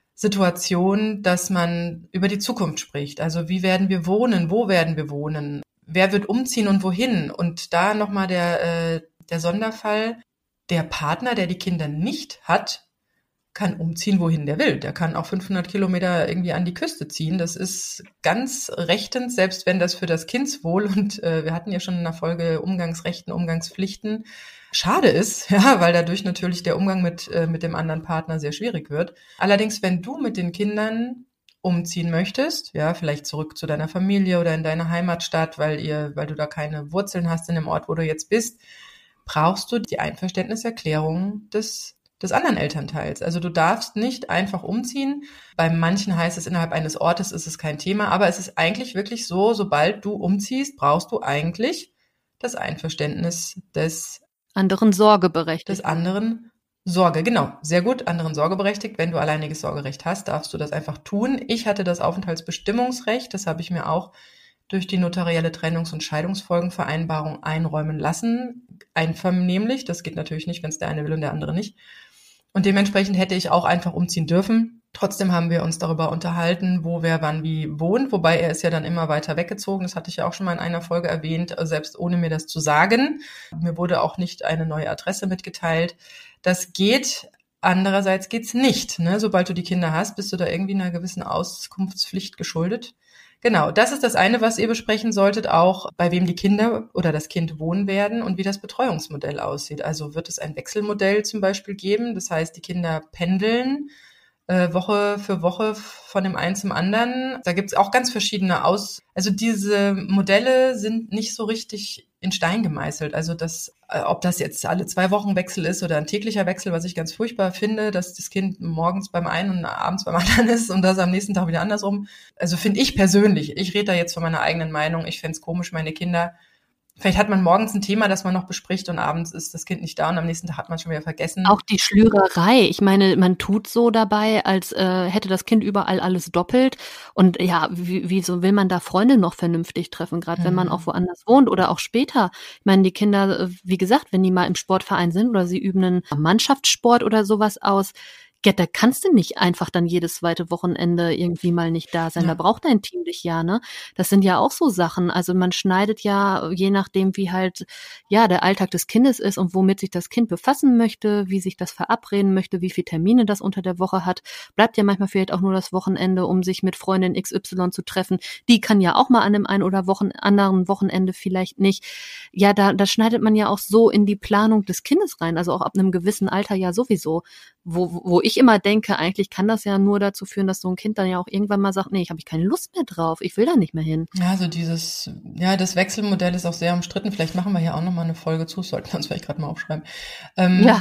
Situation, dass man über die Zukunft spricht. Also wie werden wir wohnen? Wo werden wir wohnen? Wer wird umziehen und wohin? Und da nochmal der, äh, der Sonderfall. Der Partner, der die Kinder nicht hat, kann umziehen, wohin der will. Der kann auch fünfhundert Kilometer irgendwie an die Küste ziehen. Das ist ganz rechtens, selbst wenn das für das Kindswohl, und äh, wir hatten ja schon in der Folge Umgangsrechten, Umgangspflichten, schade ist, ja, weil dadurch natürlich der Umgang mit, äh, mit dem anderen Partner sehr schwierig wird. Allerdings, wenn du mit den Kindern umziehen möchtest, ja, vielleicht zurück zu deiner Familie oder in deine Heimatstadt, weil ihr, weil du da keine Wurzeln hast in dem Ort, wo du jetzt bist, brauchst du die Einverständniserklärung des des anderen Elternteils. Also du darfst nicht einfach umziehen. Bei manchen heißt es, innerhalb eines Ortes ist es kein Thema, aber es ist eigentlich wirklich so, sobald du umziehst, brauchst du eigentlich das Einverständnis des anderen Sorgeberechtigten. Des anderen Sorge, genau, sehr gut, anderen sorgeberechtigt. Wenn du alleiniges Sorgerecht hast, darfst du das einfach tun. Ich hatte das Aufenthaltsbestimmungsrecht, das habe ich mir auch durch die notarielle Trennungs- und Scheidungsfolgenvereinbarung einräumen lassen. Einvernehmlich, das geht natürlich nicht, wenn es der eine will und der andere nicht. Und dementsprechend hätte ich auch einfach umziehen dürfen. Trotzdem haben wir uns darüber unterhalten, wo wer wann wie wohnt, wobei er ist ja dann immer weiter weggezogen. Das hatte ich ja auch schon mal in einer Folge erwähnt, selbst ohne mir das zu sagen. Mir wurde auch nicht eine neue Adresse mitgeteilt. Das geht. Andererseits geht's nicht. Ne? Sobald du die Kinder hast, bist du da irgendwie einer gewissen Auskunftspflicht geschuldet. Genau, das ist das eine, was ihr besprechen solltet, auch bei wem die Kinder oder das Kind wohnen werden und wie das Betreuungsmodell aussieht. Also wird es ein Wechselmodell zum Beispiel geben, das heißt, die Kinder pendeln äh, Woche für Woche von dem einen zum anderen. Da gibt's auch ganz verschiedene Aus... Also diese Modelle sind nicht so richtig in Stein gemeißelt. Also das, äh, ob das jetzt alle zwei Wochen Wechsel ist oder ein täglicher Wechsel, was ich ganz furchtbar finde, dass das Kind morgens beim einen und abends beim anderen ist und das am nächsten Tag wieder andersrum. Also finde ich persönlich, ich rede da jetzt von meiner eigenen Meinung, ich fände es komisch, meine Kinder... Vielleicht hat man morgens ein Thema, das man noch bespricht und abends ist das Kind nicht da und am nächsten Tag hat man schon wieder vergessen. Auch die Schlürerei. Ich meine, man tut so dabei, als äh, hätte das Kind überall alles doppelt. Und ja, wie, wieso will man da Freunde noch vernünftig treffen, gerade wenn man auch woanders wohnt oder auch später. Ich meine, die Kinder, wie gesagt, wenn die mal im Sportverein sind oder sie üben einen Mannschaftssport oder sowas aus, ja, da kannst du nicht einfach dann jedes zweite Wochenende irgendwie mal nicht da sein. Ja. Da braucht dein Team dich ja, ne? Das sind ja auch so Sachen. Also man schneidet ja, je nachdem, wie halt, ja, der Alltag des Kindes ist und womit sich das Kind befassen möchte, wie sich das verabreden möchte, wie viele Termine das unter der Woche hat, bleibt ja manchmal vielleicht auch nur das Wochenende, um sich mit Freundin X Y zu treffen. Die kann ja auch mal an dem einen oder Wochen, anderen Wochenende vielleicht nicht. Ja, da, da schneidet man ja auch so in die Planung des Kindes rein, also auch ab einem gewissen Alter ja sowieso. Wo, wo ich immer denke, eigentlich kann das ja nur dazu führen, dass so ein Kind dann ja auch irgendwann mal sagt, nee, ich habe ich keine Lust mehr drauf, ich will da nicht mehr hin. Ja, also dieses, ja, das Wechselmodell ist auch sehr umstritten. Vielleicht machen wir hier auch nochmal eine Folge zu, sollten wir uns vielleicht gerade mal aufschreiben. Ähm, ja.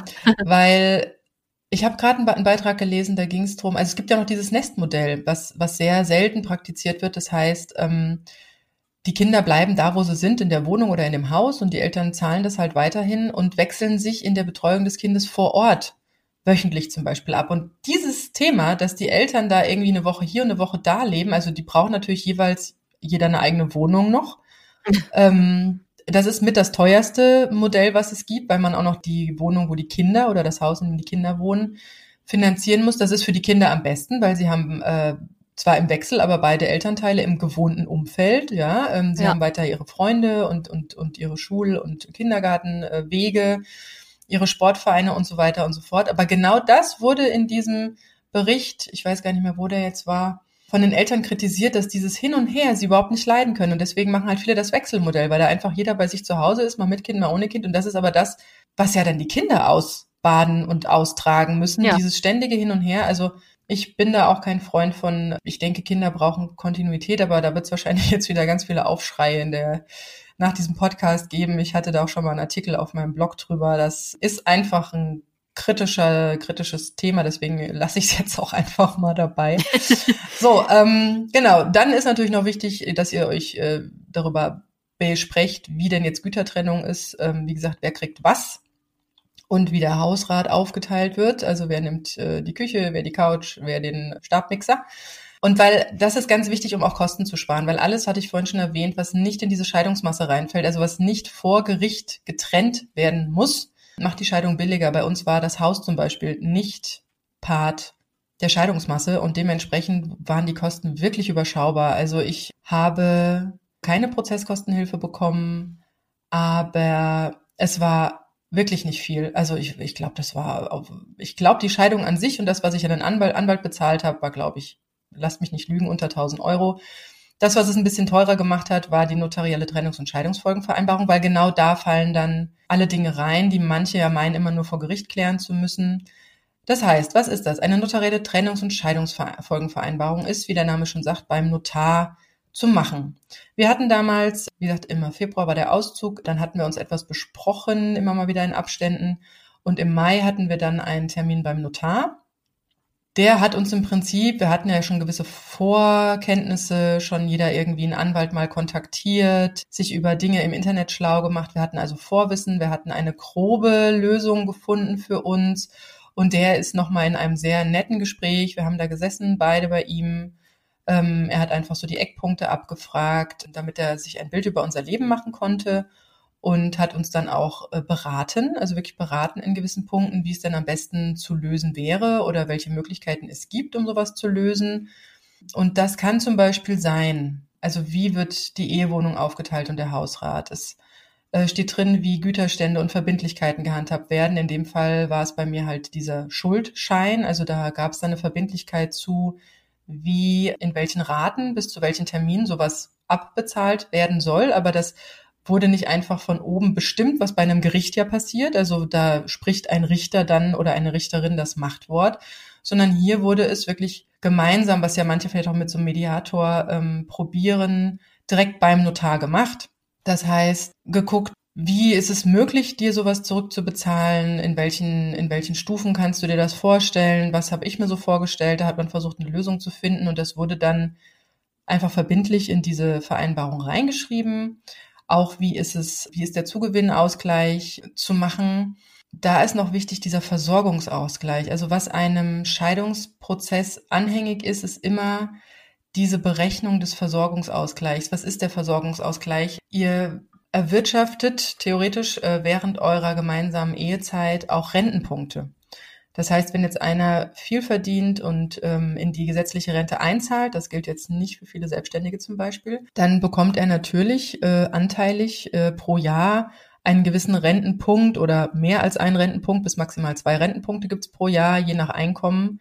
Weil ich habe gerade einen, einen Beitrag gelesen, da ging es drum, also es gibt ja noch dieses Nestmodell, was, was sehr selten praktiziert wird. Das heißt, ähm, die Kinder bleiben da, wo sie sind, in der Wohnung oder in dem Haus und die Eltern zahlen das halt weiterhin und wechseln sich in der Betreuung des Kindes vor Ort wöchentlich zum Beispiel ab. Und dieses Thema, dass die Eltern da irgendwie eine Woche hier und eine Woche da leben, also die brauchen natürlich jeweils jeder eine eigene Wohnung noch. ähm, das ist mit das teuerste Modell, was es gibt, weil man auch noch die Wohnung, wo die Kinder oder das Haus, in dem die Kinder wohnen, finanzieren muss. Das ist für die Kinder am besten, weil sie haben äh, zwar im Wechsel, aber beide Elternteile im gewohnten Umfeld, ja. Ähm, sie Ja. haben weiter ihre Freunde und, und, und ihre Schul- und Kindergartenwege, äh, ihre Sportvereine und so weiter und so fort. Aber genau das wurde in diesem Bericht, ich weiß gar nicht mehr, wo der jetzt war, von den Eltern kritisiert, dass dieses Hin und Her sie überhaupt nicht leiden können. Und deswegen machen halt viele das Wechselmodell, weil da einfach jeder bei sich zu Hause ist, mal mit Kind, mal ohne Kind. Und das ist aber das, was ja dann die Kinder ausbaden und austragen müssen, Ja. dieses ständige Hin und Her. Also ich bin da auch kein Freund von, ich denke, Kinder brauchen Kontinuität, aber da wird es wahrscheinlich jetzt wieder ganz viele Aufschreie in der, nach diesem Podcast geben. Ich hatte da auch schon mal einen Artikel auf meinem Blog drüber. Das ist einfach ein kritischer, kritisches Thema, deswegen lasse ich es jetzt auch einfach mal dabei. So, ähm, genau, dann ist natürlich noch wichtig, dass ihr euch äh, darüber besprecht, wie denn jetzt Gütertrennung ist. Ähm, wie gesagt, wer kriegt was? Und wie der Hausrat aufgeteilt wird. Also wer nimmt äh, die Küche, wer die Couch, wer den Stabmixer. Und weil das ist ganz wichtig, um auch Kosten zu sparen, weil alles, hatte ich vorhin schon erwähnt, was nicht in diese Scheidungsmasse reinfällt, also was nicht vor Gericht getrennt werden muss, macht die Scheidung billiger. Bei uns war das Haus zum Beispiel nicht Part der Scheidungsmasse und dementsprechend waren die Kosten wirklich überschaubar. Also ich habe keine Prozesskostenhilfe bekommen, aber es war wirklich nicht viel. Also ich, ich glaube, das war, auf, ich glaube, die Scheidung an sich und das, was ich an den Anwalt, Anwalt bezahlt habe, war, glaube ich, lasst mich nicht lügen, unter tausend Euro. Das, was es ein bisschen teurer gemacht hat, war die notarielle Trennungs- und Scheidungsfolgenvereinbarung, weil genau da fallen dann alle Dinge rein, die manche ja meinen, immer nur vor Gericht klären zu müssen. Das heißt, was ist das? Eine notarielle Trennungs- und Scheidungsfolgenvereinbarung ist, wie der Name schon sagt, beim Notar zu machen. Wir hatten damals, wie gesagt, im Februar war der Auszug, dann hatten wir uns etwas besprochen, immer mal wieder in Abständen. Und im Mai hatten wir dann einen Termin beim Notar. Der hat uns im Prinzip, wir hatten ja schon gewisse Vorkenntnisse, schon jeder irgendwie einen Anwalt mal kontaktiert, sich über Dinge im Internet schlau gemacht. Wir hatten also Vorwissen, wir hatten eine grobe Lösung gefunden für uns. Und der ist nochmal in einem sehr netten Gespräch, wir haben da gesessen, beide bei ihm. Ähm, er hat einfach so die Eckpunkte abgefragt, damit er sich ein Bild über unser Leben machen konnte und hat uns dann auch äh, beraten, also wirklich beraten in gewissen Punkten, wie es denn am besten zu lösen wäre oder welche Möglichkeiten es gibt, um sowas zu lösen. Und das kann zum Beispiel sein, also wie wird die Ehewohnung aufgeteilt und der Hausrat. Es äh, steht drin, wie Güterstände und Verbindlichkeiten gehandhabt werden. In dem Fall war es bei mir halt dieser Schuldschein, also da gab es dann eine Verbindlichkeit zu, wie in welchen Raten bis zu welchen Terminen sowas abbezahlt werden soll, aber das wurde nicht einfach von oben bestimmt, was bei einem Gericht ja passiert, also da spricht ein Richter dann oder eine Richterin das Machtwort, sondern hier wurde es wirklich gemeinsam, was ja manche vielleicht auch mit so einem Mediator ähm, probieren, direkt beim Notar gemacht. Das heißt, geguckt, wie ist es möglich, dir sowas zurückzubezahlen? In welchen, in welchen Stufen kannst du dir das vorstellen? Was habe ich mir so vorgestellt? Da hat man versucht, eine Lösung zu finden und das wurde dann einfach verbindlich in diese Vereinbarung reingeschrieben. Auch wie ist es, wie ist der Zugewinnausgleich zu machen? Da ist noch wichtig dieser Versorgungsausgleich. Also was einem Scheidungsprozess anhängig ist, ist immer diese Berechnung des Versorgungsausgleichs. Was ist der Versorgungsausgleich? Ihr erwirtschaftet theoretisch äh, während eurer gemeinsamen Ehezeit auch Rentenpunkte. Das heißt, wenn jetzt einer viel verdient und ähm, in die gesetzliche Rente einzahlt, das gilt jetzt nicht für viele Selbstständige zum Beispiel, dann bekommt er natürlich äh, anteilig äh, pro Jahr einen gewissen Rentenpunkt oder mehr als einen Rentenpunkt, bis maximal zwei Rentenpunkte gibt's pro Jahr, je nach Einkommen.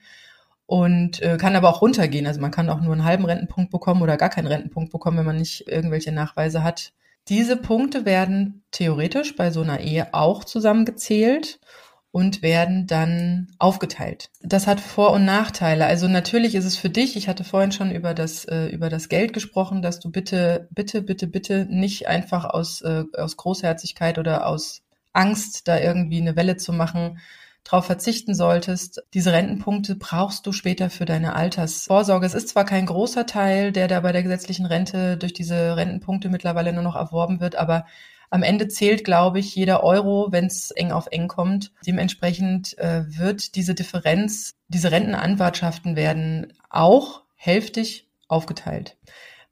Und äh, kann aber auch runtergehen. Also man kann auch nur einen halben Rentenpunkt bekommen oder gar keinen Rentenpunkt bekommen, wenn man nicht irgendwelche Nachweise hat. Diese Punkte werden theoretisch bei so einer Ehe auch zusammengezählt und werden dann aufgeteilt. Das hat Vor- und Nachteile. Also natürlich ist es für dich, ich hatte vorhin schon über das äh, über das Geld gesprochen, dass du bitte, bitte, bitte, bitte nicht einfach aus äh, aus Großherzigkeit oder aus Angst, da irgendwie eine Welle zu machen, drauf verzichten solltest. Diese Rentenpunkte brauchst du später für deine Altersvorsorge. Es ist zwar kein großer Teil, der da bei der gesetzlichen Rente durch diese Rentenpunkte mittlerweile nur noch erworben wird, aber am Ende zählt, glaube ich, jeder Euro, wenn es eng auf eng kommt. Dementsprechend äh, wird diese Differenz, diese Rentenanwartschaften werden auch hälftig aufgeteilt.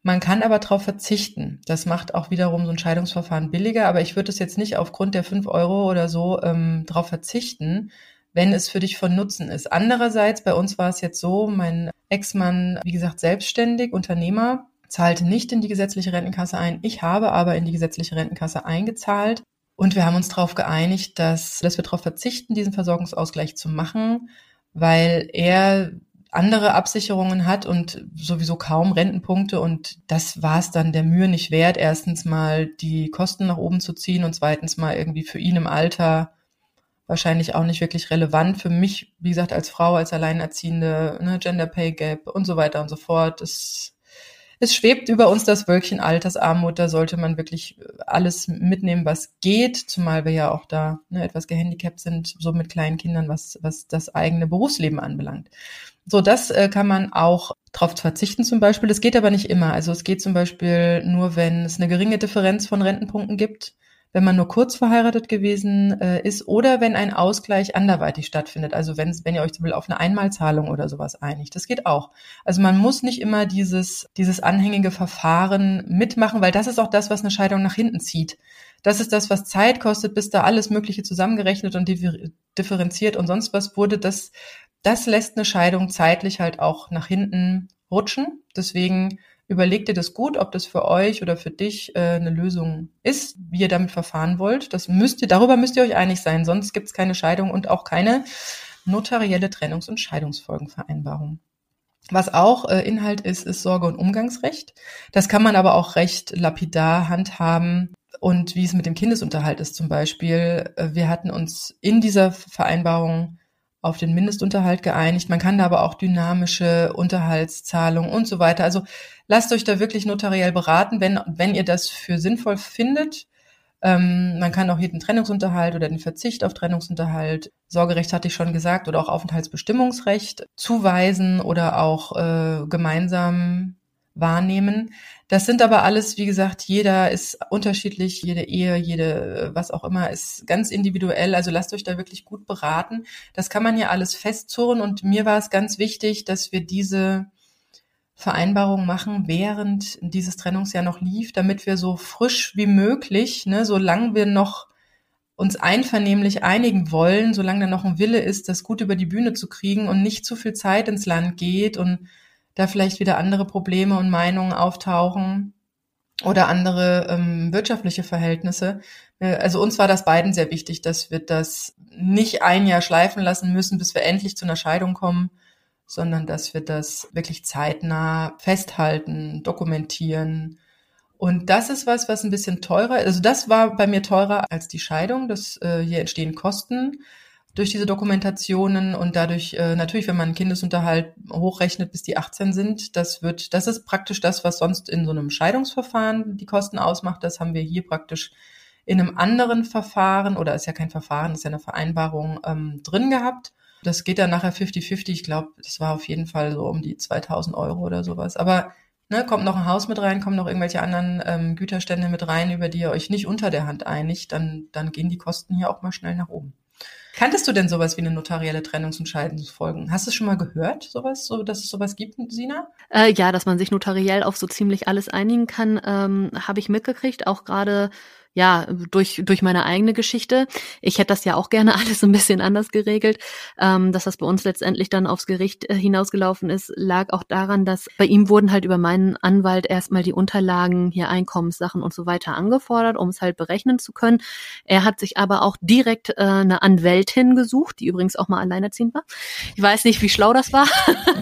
Man kann aber darauf verzichten. Das macht auch wiederum so ein Scheidungsverfahren billiger, aber ich würde es jetzt nicht aufgrund der fünf Euro oder so ähm, darauf verzichten, wenn es für dich von Nutzen ist. Andererseits, bei uns war es jetzt so, mein Ex-Mann, wie gesagt, selbstständig, Unternehmer, zahlte nicht in die gesetzliche Rentenkasse ein. Ich habe aber in die gesetzliche Rentenkasse eingezahlt und wir haben uns darauf geeinigt, dass, dass wir darauf verzichten, diesen Versorgungsausgleich zu machen, weil er andere Absicherungen hat und sowieso kaum Rentenpunkte und das war es dann der Mühe nicht wert, erstens mal die Kosten nach oben zu ziehen und zweitens mal irgendwie für ihn im Alter wahrscheinlich auch nicht wirklich relevant. Für mich, wie gesagt, als Frau, als Alleinerziehende, ne, Gender Pay Gap und so weiter und so fort. Es, es schwebt über uns das Wölkchen Altersarmut. Da sollte man wirklich alles mitnehmen, was geht, zumal wir ja auch da ne, etwas gehandicapt sind, so mit kleinen Kindern, was, was das eigene Berufsleben anbelangt. So, das äh, kann man auch drauf verzichten zum Beispiel. Das geht aber nicht immer. Also es geht zum Beispiel nur, wenn es eine geringe Differenz von Rentenpunkten gibt, wenn man nur kurz verheiratet gewesen äh, ist oder wenn ein Ausgleich anderweitig stattfindet. Also wenn, wenn ihr euch zum Beispiel auf eine Einmalzahlung oder sowas einigt. Das geht auch. Also man muss nicht immer dieses, dieses anhängige Verfahren mitmachen, weil das ist auch das, was eine Scheidung nach hinten zieht. Das ist das, was Zeit kostet, bis da alles Mögliche zusammengerechnet und differenziert und sonst was wurde. Das, das lässt eine Scheidung zeitlich halt auch nach hinten rutschen. Deswegen überlegt ihr das gut, ob das für euch oder für dich äh, eine Lösung ist, wie ihr damit verfahren wollt. Das müsst ihr, darüber müsst ihr euch einig sein, sonst gibt es keine Scheidung und auch keine notarielle Trennungs- und Scheidungsfolgenvereinbarung. Was auch äh, Inhalt ist, ist Sorge- und Umgangsrecht. Das kann man aber auch recht lapidar handhaben. Und wie es mit dem Kindesunterhalt ist zum Beispiel, äh, wir hatten uns in dieser Vereinbarung auf den Mindestunterhalt geeinigt. Man kann da aber auch dynamische Unterhaltszahlungen und so weiter. Also lasst euch da wirklich notariell beraten, wenn, wenn ihr das für sinnvoll findet. Ähm, man kann auch hier den Trennungsunterhalt oder den Verzicht auf Trennungsunterhalt, Sorgerecht hatte ich schon gesagt, oder auch Aufenthaltsbestimmungsrecht zuweisen oder auch äh, gemeinsam wahrnehmen. Das sind aber alles, wie gesagt, jeder ist unterschiedlich, jede Ehe, jede, was auch immer, ist ganz individuell. Also lasst euch da wirklich gut beraten. Das kann man ja alles festzurren und mir war es ganz wichtig, dass wir diese Vereinbarung machen, während dieses Trennungsjahr noch lief, damit wir so frisch wie möglich, ne, solange wir noch uns einvernehmlich einigen wollen, solange da noch ein Wille ist, das gut über die Bühne zu kriegen und nicht zu viel Zeit ins Land geht und da vielleicht wieder andere Probleme und Meinungen auftauchen oder andere ähm, wirtschaftliche Verhältnisse. Also uns war das beiden sehr wichtig, dass wir das nicht ein Jahr schleifen lassen müssen, bis wir endlich zu einer Scheidung kommen, sondern dass wir das wirklich zeitnah festhalten, dokumentieren. Und das ist was, was ein bisschen teurer ist. Also das war bei mir teurer als die Scheidung. Das, äh, hier entstehen Kosten durch diese Dokumentationen und dadurch äh, natürlich, wenn man einen Kindesunterhalt hochrechnet, bis die achtzehn sind, das wird, das ist praktisch das, was sonst in so einem Scheidungsverfahren die Kosten ausmacht. Das haben wir hier praktisch in einem anderen Verfahren, oder ist ja kein Verfahren, ist ja eine Vereinbarung ähm, drin gehabt. Das geht dann nachher fifty fifty. Ich glaube, das war auf jeden Fall so um die zweitausend Euro oder sowas. Aber ne, kommt noch ein Haus mit rein, kommen noch irgendwelche anderen ähm, Güterstände mit rein, über die ihr euch nicht unter der Hand einigt, dann, dann gehen die Kosten hier auch mal schnell nach oben. Kanntest du denn sowas wie eine notarielle Trennungs- und Scheidungsfolgen? Hast du es schon mal gehört, sowas, so, dass es sowas gibt, Sina? Äh, ja, dass man sich notariell auf so ziemlich alles einigen kann, ähm, habe ich mitgekriegt, auch gerade ja, durch durch meine eigene Geschichte. Ich hätte das ja auch gerne alles so ein bisschen anders geregelt. Ähm, dass das bei uns letztendlich dann aufs Gericht äh, hinausgelaufen ist, lag auch daran, dass bei ihm wurden halt über meinen Anwalt erstmal die Unterlagen, hier Einkommenssachen und so weiter angefordert, um es halt berechnen zu können. Er hat sich aber auch direkt äh, eine Anwältin gesucht, die übrigens auch mal alleinerziehend war. Ich weiß nicht, wie schlau das war,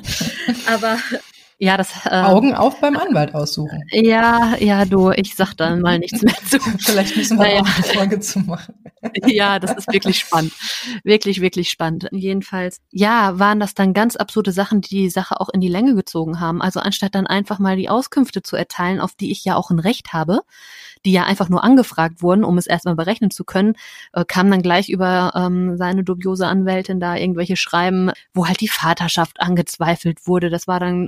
aber ja, das ähm, Augen auf beim Anwalt aussuchen. Ja, ja, du, ich sag dann mal nichts mehr zu. Vielleicht müssen wir naja. auch eine Folge zu machen. Ja, das ist wirklich spannend. Wirklich, wirklich spannend. Jedenfalls, ja, waren das dann ganz absurde Sachen, die die Sache auch in die Länge gezogen haben. Also anstatt dann einfach mal die Auskünfte zu erteilen, auf die ich ja auch ein Recht habe, die ja einfach nur angefragt wurden, um es erstmal berechnen zu können, äh, kam dann gleich über ähm, seine dubiose Anwältin da irgendwelche Schreiben, wo halt die Vaterschaft angezweifelt wurde. Das war dann auch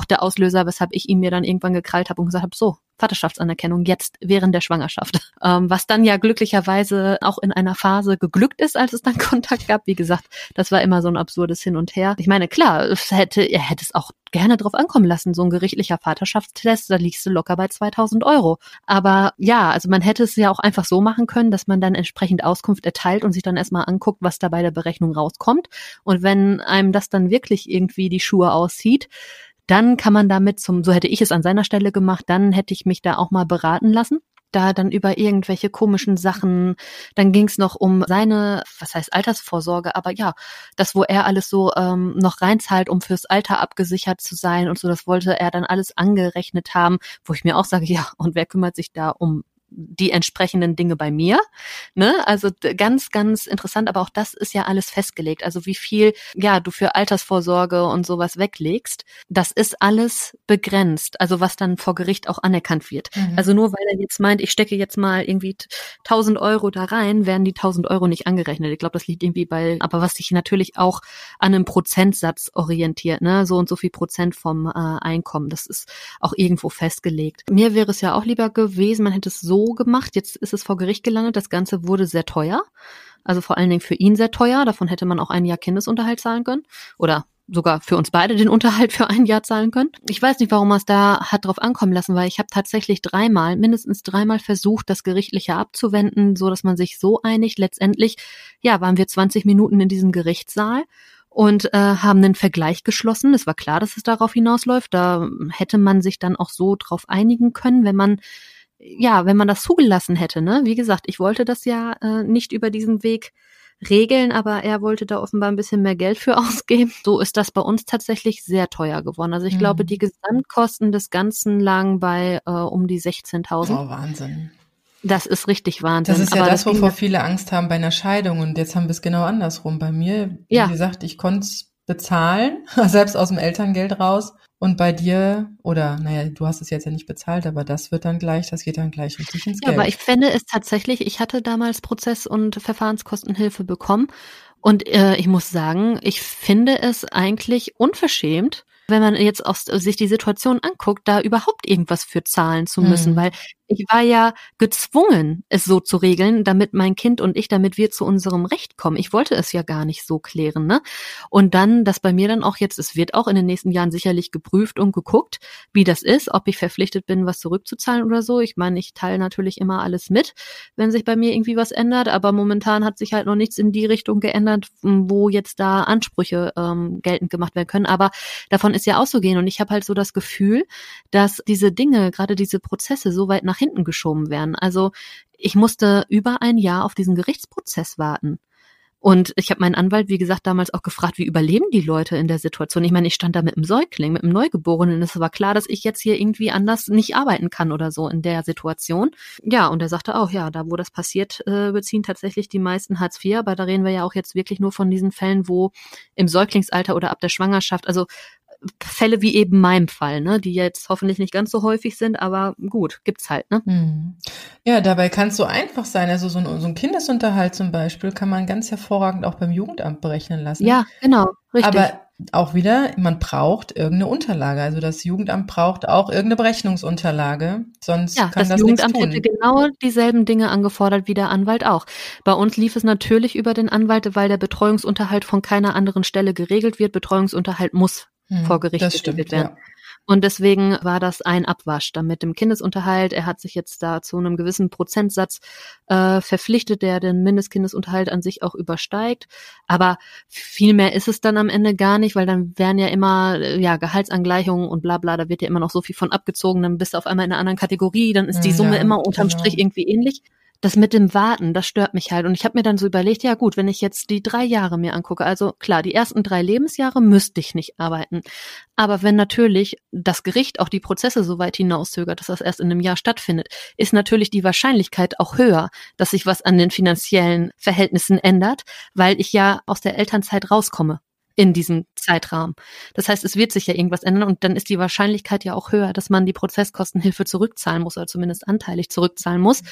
auch der Auslöser, weshalb ich ihn mir dann irgendwann gekrallt habe und gesagt habe, so, Vaterschaftsanerkennung jetzt während der Schwangerschaft. Ähm, was dann ja glücklicherweise auch in einer Phase geglückt ist, als es dann Kontakt gab. Wie gesagt, das war immer so ein absurdes Hin und Her. Ich meine, klar, es hätte, er hätte es auch gerne drauf ankommen lassen, so ein gerichtlicher Vaterschaftstest, da liegst du locker bei zweitausend Euro. Aber ja, also man hätte es ja auch einfach so machen können, dass man dann entsprechend Auskunft erteilt und sich dann erstmal anguckt, was da bei der Berechnung rauskommt. Und wenn einem das dann wirklich irgendwie die Schuhe auszieht, dann kann man damit zum, so hätte ich es an seiner Stelle gemacht, dann hätte ich mich da auch mal beraten lassen. Da dann über irgendwelche komischen Sachen, dann ging es noch um seine, was heißt Altersvorsorge, aber ja, das, wo er alles so ähm, noch reinzahlt, um fürs Alter abgesichert zu sein und so, das wollte er dann alles angerechnet haben, wo ich mir auch sage, ja, und wer kümmert sich da um die entsprechenden Dinge bei mir, ne? Also ganz, ganz interessant, aber auch das ist ja alles festgelegt. Also wie viel, ja, du für Altersvorsorge und sowas weglegst, das ist alles begrenzt. Also was dann vor Gericht auch anerkannt wird. Mhm. Also nur weil er jetzt meint, ich stecke jetzt mal irgendwie tausend Euro da rein, werden die tausend Euro nicht angerechnet. Ich glaube, das liegt irgendwie bei, aber was sich natürlich auch an einem Prozentsatz orientiert, ne? So und so viel Prozent vom äh, Einkommen. Das ist auch irgendwo festgelegt. Mir wäre es ja auch lieber gewesen, man hätte es so gemacht. Jetzt ist es vor Gericht gelandet. Das Ganze wurde sehr teuer. Also vor allen Dingen für ihn sehr teuer. Davon hätte man auch ein Jahr Kindesunterhalt zahlen können. Oder sogar für uns beide den Unterhalt für ein Jahr zahlen können. Ich weiß nicht, warum er es da hat drauf ankommen lassen, weil ich habe tatsächlich dreimal, mindestens dreimal versucht, das Gerichtliche abzuwenden, so dass man sich so einigt. Letztendlich, ja, waren wir zwanzig Minuten in diesem Gerichtssaal und äh, haben einen Vergleich geschlossen. Es war klar, dass es darauf hinausläuft. Da hätte man sich dann auch so drauf einigen können, wenn man ja, wenn man das zugelassen hätte, ne? Wie gesagt, ich wollte das ja äh, nicht über diesen Weg regeln, aber er wollte da offenbar ein bisschen mehr Geld für ausgeben. So ist das bei uns tatsächlich sehr teuer geworden. Also ich mhm. glaube, die Gesamtkosten des Ganzen lagen bei äh, um die sechzehntausend. Oh, Wahnsinn. Das ist richtig Wahnsinn. Das ist ja aber das, das wovor viele Angst haben bei einer Scheidung. Und jetzt haben wir es genau andersrum. Bei mir, wie ja. gesagt, ich konnte es bezahlen, selbst aus dem Elterngeld raus. Und bei dir, oder naja, du hast es jetzt ja nicht bezahlt, aber das wird dann gleich, das geht dann gleich richtig ins Geld. Ja, aber ich fände es tatsächlich, ich hatte damals Prozess- und Verfahrenskostenhilfe bekommen und äh, ich muss sagen, ich finde es eigentlich unverschämt, wenn man jetzt aus, sich die Situation anguckt, da überhaupt irgendwas für zahlen zu müssen, mhm. weil ich war ja gezwungen, es so zu regeln, damit mein Kind und ich, damit wir zu unserem Recht kommen. Ich wollte es ja gar nicht so klären, ne? Und dann, dass bei mir dann auch jetzt, es wird auch in den nächsten Jahren sicherlich geprüft und geguckt, wie das ist, ob ich verpflichtet bin, was zurückzuzahlen oder so. Ich meine, ich teile natürlich immer alles mit, wenn sich bei mir irgendwie was ändert, aber momentan hat sich halt noch nichts in die Richtung geändert, wo jetzt da Ansprüche ähm, geltend gemacht werden können. Aber davon ist ja auszugehen und ich habe halt so das Gefühl, dass diese Dinge, gerade diese Prozesse so weit nach hinten geschoben werden. Also ich musste über ein Jahr auf diesen Gerichtsprozess warten. Und ich habe meinen Anwalt, wie gesagt, damals auch gefragt, wie überleben die Leute in der Situation? Ich meine, ich stand da mit einem Säugling, mit einem Neugeborenen. Es war klar, dass ich jetzt hier irgendwie anders nicht arbeiten kann oder so in der Situation. Ja, und er sagte auch, ja, da wo das passiert, äh, beziehen tatsächlich die meisten Hartz vier. Aber da reden wir ja auch jetzt wirklich nur von diesen Fällen, wo im Säuglingsalter oder ab der Schwangerschaft, also Fälle wie eben meinem Fall, ne, die jetzt hoffentlich nicht ganz so häufig sind, aber gut, gibt's halt, ne? Hm. Ja, dabei kann es so einfach sein. Also so ein, so ein Kindesunterhalt zum Beispiel kann man ganz hervorragend auch beim Jugendamt berechnen lassen. Ja, genau, richtig. Aber auch wieder, man braucht irgendeine Unterlage. Also das Jugendamt braucht auch irgendeine Berechnungsunterlage, sonst ja, kann das, das Jugendamt nichts tun. hätte genau dieselben Dinge angefordert wie der Anwalt auch. Bei uns lief es natürlich über den Anwalt, weil der Betreuungsunterhalt von keiner anderen Stelle geregelt wird. Betreuungsunterhalt muss hm, vor Gericht das geregelt stimmt, werden. Ja. Und deswegen war das ein Abwasch. Dann mit dem Kindesunterhalt, er hat sich jetzt da zu einem gewissen Prozentsatz äh, verpflichtet, der den Mindestkindesunterhalt an sich auch übersteigt. Aber viel mehr ist es dann am Ende gar nicht, weil dann wären ja immer ja Gehaltsangleichungen und bla bla, da wird ja immer noch so viel von abgezogen, dann bist du auf einmal in einer anderen Kategorie, dann ist die Summe ja, immer unterm genau. Strich irgendwie ähnlich. Das mit dem Warten, das stört mich halt. Und ich habe mir dann so überlegt, ja gut, wenn ich jetzt die drei Jahre mir angucke, also klar, die ersten drei Lebensjahre müsste ich nicht arbeiten. Aber wenn natürlich das Gericht auch die Prozesse so weit hinauszögert, dass das erst in einem Jahr stattfindet, ist natürlich die Wahrscheinlichkeit auch höher, dass sich was an den finanziellen Verhältnissen ändert, weil ich ja aus der Elternzeit rauskomme in diesem Zeitrahmen. Das heißt, es wird sich ja irgendwas ändern und dann ist die Wahrscheinlichkeit ja auch höher, dass man die Prozesskostenhilfe zurückzahlen muss oder zumindest anteilig zurückzahlen muss.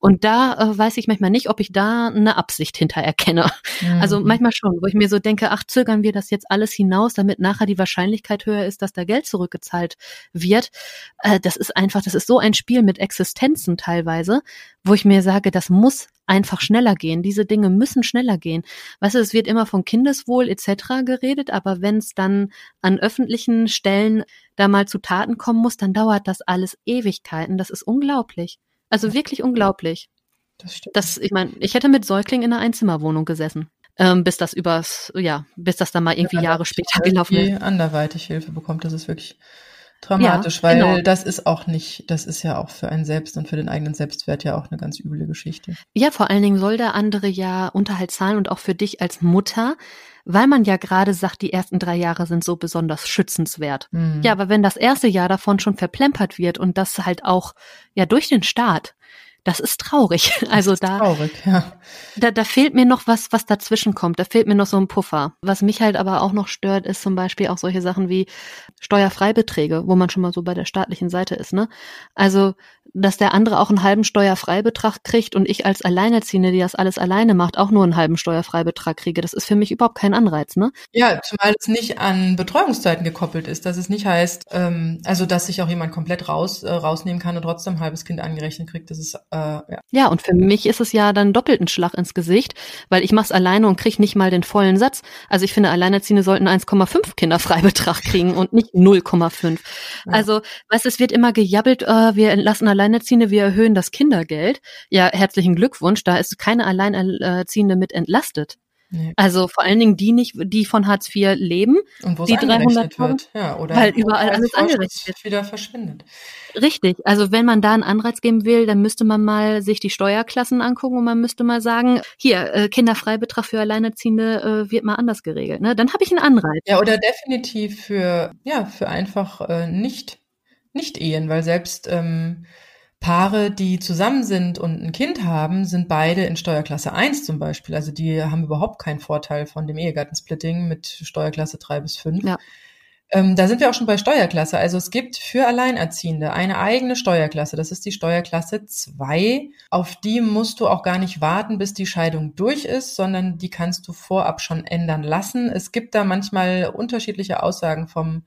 Und da äh, weiß ich manchmal nicht, ob ich da eine Absicht hinter erkenne. Mhm. Also manchmal schon, wo ich mir so denke, ach, zögern wir das jetzt alles hinaus, damit nachher die Wahrscheinlichkeit höher ist, dass da Geld zurückgezahlt wird. Äh, das ist einfach, das ist so ein Spiel mit Existenzen teilweise, wo ich mir sage, das muss einfach schneller gehen. Diese Dinge müssen schneller gehen. Weißt du, es wird immer von Kindeswohl et cetera geredet, aber wenn es dann an öffentlichen Stellen da mal zu Taten kommen muss, dann dauert das alles Ewigkeiten. Das ist unglaublich. Also wirklich unglaublich. Das stimmt. Das, ich meine, ich hätte mit Säugling in einer Einzimmerwohnung gesessen, ähm, bis das übers, ja, bis das dann mal irgendwie ja, Jahre später gelaufen ist. Die anderweitig Hilfe bekommt, das ist wirklich dramatisch, ja, weil genau. das ist auch nicht, das ist ja auch für einen selbst und für den eigenen Selbstwert ja auch eine ganz üble Geschichte. Ja, vor allen Dingen soll der andere ja Unterhalt zahlen und auch für dich als Mutter, weil man ja gerade sagt, die ersten drei Jahre sind so besonders schützenswert. Mhm. Ja, aber wenn das erste Jahr davon schon verplempert wird und das halt auch ja durch den Staat, das ist traurig. Also das ist da, traurig, ja. da, da fehlt mir noch was, was dazwischen kommt. Da fehlt mir noch so ein Puffer. Was mich halt aber auch noch stört, ist zum Beispiel auch solche Sachen wie Steuerfreibeträge, wo man schon mal so bei der staatlichen Seite ist, ne? Also, dass der andere auch einen halben Steuerfreibetrag kriegt und ich als Alleinerziehende, die das alles alleine macht, auch nur einen halben Steuerfreibetrag kriege, das ist für mich überhaupt kein Anreiz, ne? Ja, zumal es nicht an Betreuungszeiten gekoppelt ist, dass es nicht heißt, ähm, also dass sich auch jemand komplett raus äh, rausnehmen kann und trotzdem ein halbes Kind angerechnet kriegt, das ist äh, ja. Ja, und für mich ist es ja dann doppelt ein Schlag ins Gesicht, weil ich mache es alleine und kriege nicht mal den vollen Satz. Also ich finde, Alleinerziehende sollten eins Komma fünf Kinderfreibetrag kriegen und nicht null Komma fünf. Ja. Also, weißt du, es wird immer gejabbelt, äh, wir entlassen Alleinerziehende, wir erhöhen das Kindergeld. Ja, herzlichen Glückwunsch, da ist keine Alleinerziehende mit entlastet. Nee. Also vor allen Dingen die nicht, die von Hartz vier leben, und wo die es angerechnet wird, ja, oder weil überall alles angerechnet wird, wieder verschwindet. Richtig, also wenn man da einen Anreiz geben will, dann müsste man mal sich die Steuerklassen angucken und man müsste mal sagen, hier, äh, Kinderfreibetrag für Alleinerziehende äh, wird mal anders geregelt, ne? Dann habe ich einen Anreiz. Ja, oder definitiv für, ja, für einfach äh, nicht, nicht Ehen, weil selbst ähm, Paare, die zusammen sind und ein Kind haben, sind beide in Steuerklasse eins zum Beispiel. Also die haben überhaupt keinen Vorteil von dem Ehegattensplitting mit Steuerklasse drei bis fünf. Ja. Ähm, da sind wir auch schon bei Steuerklasse. Also es gibt für Alleinerziehende eine eigene Steuerklasse. Das ist die Steuerklasse zwei. Auf die musst du auch gar nicht warten, bis die Scheidung durch ist, sondern die kannst du vorab schon ändern lassen. Es gibt da manchmal unterschiedliche Aussagen vom,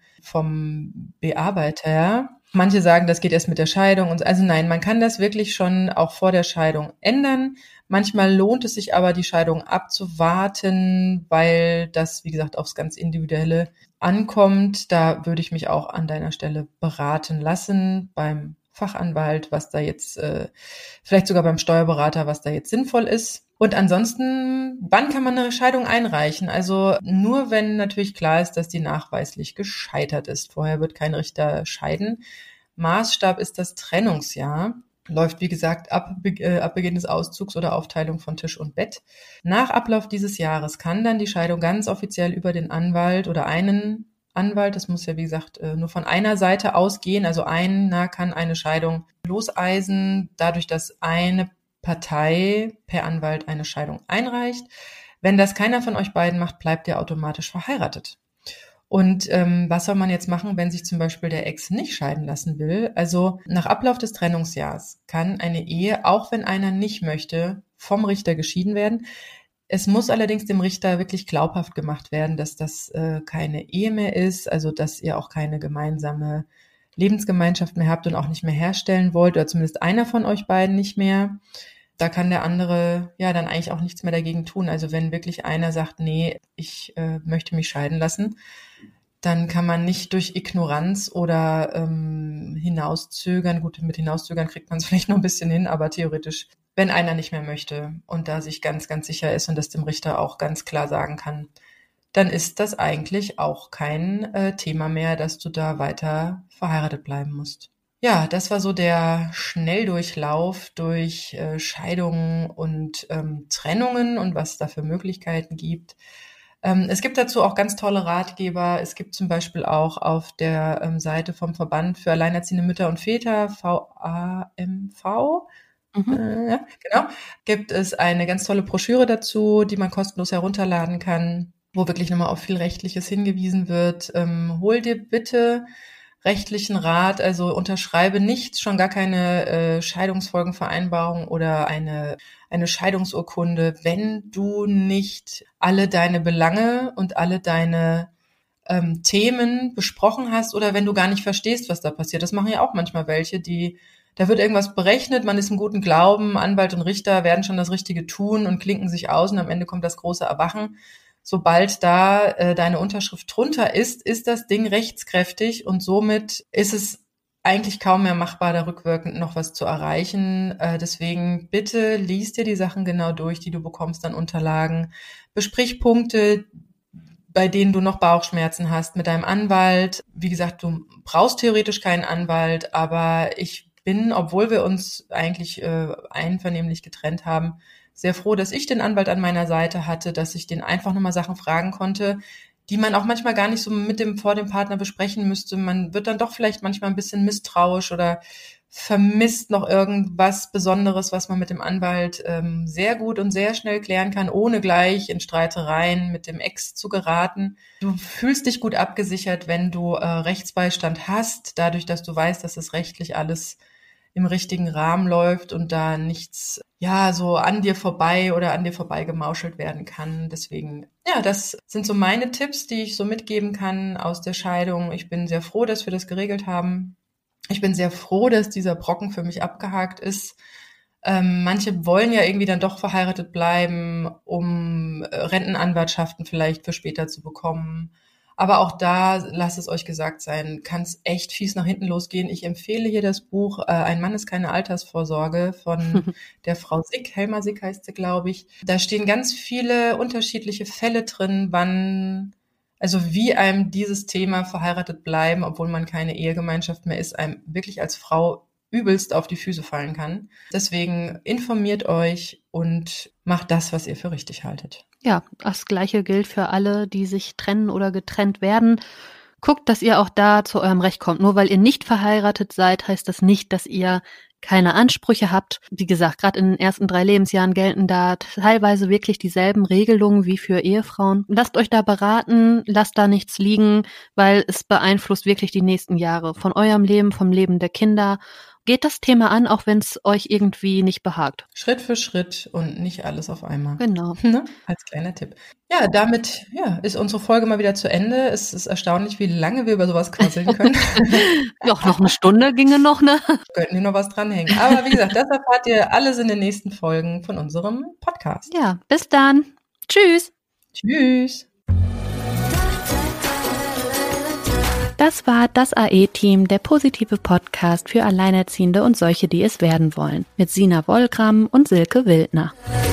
vom Bearbeiter. Manche sagen, das geht erst mit der Scheidung. Und also nein, man kann das wirklich schon auch vor der Scheidung ändern. Manchmal lohnt es sich aber, die Scheidung abzuwarten, weil das, wie gesagt, aufs ganz Individuelle ankommt. Da würde ich mich auch an deiner Stelle beraten lassen beim Fachanwalt, was da jetzt, äh, vielleicht sogar beim Steuerberater, was da jetzt sinnvoll ist. Und ansonsten, wann kann man eine Scheidung einreichen? Also nur, wenn natürlich klar ist, dass die nachweislich gescheitert ist. Vorher wird kein Richter scheiden. Maßstab ist das Trennungsjahr. Läuft, wie gesagt, ab, äh, ab Beginn des Auszugs oder Aufteilung von Tisch und Bett. Nach Ablauf dieses Jahres kann dann die Scheidung ganz offiziell über den Anwalt oder einen Anwalt, das muss ja, wie gesagt, nur von einer Seite ausgehen, also einer kann eine Scheidung loseisen, dadurch, dass eine Partei per Anwalt eine Scheidung einreicht. Wenn das keiner von euch beiden macht, bleibt ihr automatisch verheiratet. Und ähm, was soll man jetzt machen, wenn sich zum Beispiel der Ex nicht scheiden lassen will? Also nach Ablauf des Trennungsjahrs kann eine Ehe, auch wenn einer nicht möchte, vom Richter geschieden werden. Es muss allerdings dem Richter wirklich glaubhaft gemacht werden, dass das äh, keine Ehe mehr ist, also dass ihr auch keine gemeinsame Lebensgemeinschaft mehr habt und auch nicht mehr herstellen wollt, oder zumindest einer von euch beiden nicht mehr. Da kann der andere ja dann eigentlich auch nichts mehr dagegen tun. Also wenn wirklich einer sagt, nee, ich äh, möchte mich scheiden lassen, dann kann man nicht durch Ignoranz oder ähm, hinauszögern, gut, mit hinauszögern kriegt man es vielleicht noch ein bisschen hin, aber theoretisch, wenn einer nicht mehr möchte und da sich ganz, ganz sicher ist und das dem Richter auch ganz klar sagen kann, dann ist das eigentlich auch kein äh, Thema mehr, dass du da weiter verheiratet bleiben musst. Ja, das war so der Schnelldurchlauf durch äh, Scheidungen und ähm, Trennungen und was es da für Möglichkeiten gibt. Ähm, es gibt dazu auch ganz tolle Ratgeber. Es gibt zum Beispiel auch auf der ähm, Seite vom Verband für alleinerziehende Mütter und Väter, V A M V, mhm. äh, ja, genau, gibt es eine ganz tolle Broschüre dazu, die man kostenlos herunterladen kann, wo wirklich nochmal auf viel Rechtliches hingewiesen wird. Ähm, hol dir bitte rechtlichen Rat. Also unterschreibe nichts, schon gar keine äh, Scheidungsfolgenvereinbarung oder eine eine Scheidungsurkunde, wenn du nicht alle deine Belange und alle deine ähm, Themen besprochen hast oder wenn du gar nicht verstehst, was da passiert. Das machen ja auch manchmal welche, die da wird irgendwas berechnet, man ist im guten Glauben, Anwalt und Richter werden schon das Richtige tun und klinken sich aus und am Ende kommt das große Erwachen. Sobald da äh, deine Unterschrift drunter ist, ist das Ding rechtskräftig und somit ist es eigentlich kaum mehr machbar, da rückwirkend noch was zu erreichen. Äh, deswegen bitte lies dir die Sachen genau durch, die du bekommst an Unterlagen. Besprich Punkte, bei denen du noch Bauchschmerzen hast mit deinem Anwalt. Wie gesagt, du brauchst theoretisch keinen Anwalt, aber ich bin, obwohl wir uns eigentlich äh, einvernehmlich getrennt haben, sehr froh, dass ich den Anwalt an meiner Seite hatte, dass ich den einfach nochmal Sachen fragen konnte, die man auch manchmal gar nicht so mit dem vor dem Partner besprechen müsste. Man wird dann doch vielleicht manchmal ein bisschen misstrauisch oder vermisst noch irgendwas Besonderes, was man mit dem Anwalt ähm, sehr gut und sehr schnell klären kann, ohne gleich in Streitereien mit dem Ex zu geraten. Du fühlst dich gut abgesichert, wenn du äh, Rechtsbeistand hast, dadurch, dass du weißt, dass es rechtlich alles im richtigen Rahmen läuft und da nichts, ja, so an dir vorbei oder an dir vorbei gemauschelt werden kann. Deswegen, ja, das sind so meine Tipps, die ich so mitgeben kann aus der Scheidung. Ich bin sehr froh, dass wir das geregelt haben. Ich bin sehr froh, dass dieser Brocken für mich abgehakt ist. Ähm, manche wollen ja irgendwie dann doch verheiratet bleiben, um äh, Rentenanwartschaften vielleicht für später zu bekommen. Aber auch da, lasst es euch gesagt sein, kann es echt fies nach hinten losgehen. Ich empfehle hier das Buch äh, Ein Mann ist keine Altersvorsorge von der Frau Sick, Helma Sick heißt sie, glaube ich. Da stehen ganz viele unterschiedliche Fälle drin, wann, also wie einem dieses Thema verheiratet bleiben, obwohl man keine Ehegemeinschaft mehr ist, einem wirklich als Frau übelst auf die Füße fallen kann. Deswegen informiert euch und macht das, was ihr für richtig haltet. Ja, das Gleiche gilt für alle, die sich trennen oder getrennt werden. Guckt, dass ihr auch da zu eurem Recht kommt. Nur weil ihr nicht verheiratet seid, heißt das nicht, dass ihr keine Ansprüche habt. Wie gesagt, gerade in den ersten drei Lebensjahren gelten da teilweise wirklich dieselben Regelungen wie für Ehefrauen. Lasst euch da beraten, lasst da nichts liegen, weil es beeinflusst wirklich die nächsten Jahre von eurem Leben, vom Leben der Kinder. Geht das Thema an, auch wenn es euch irgendwie nicht behagt. Schritt für Schritt und nicht alles auf einmal. Genau. Ne? Als kleiner Tipp. Ja, damit ja, ist unsere Folge mal wieder zu Ende. Es ist erstaunlich, wie lange wir über sowas quasseln können. Doch, noch eine Stunde ginge noch, ne? Könnten hier noch was dranhängen. Aber wie gesagt, das erfahrt ihr alles in den nächsten Folgen von unserem Podcast. Ja, bis dann. Tschüss. Tschüss. Das war das A E-Team, der positive Podcast für Alleinerziehende und solche, die es werden wollen, mit Sina Wollgramm und Silke Wildner.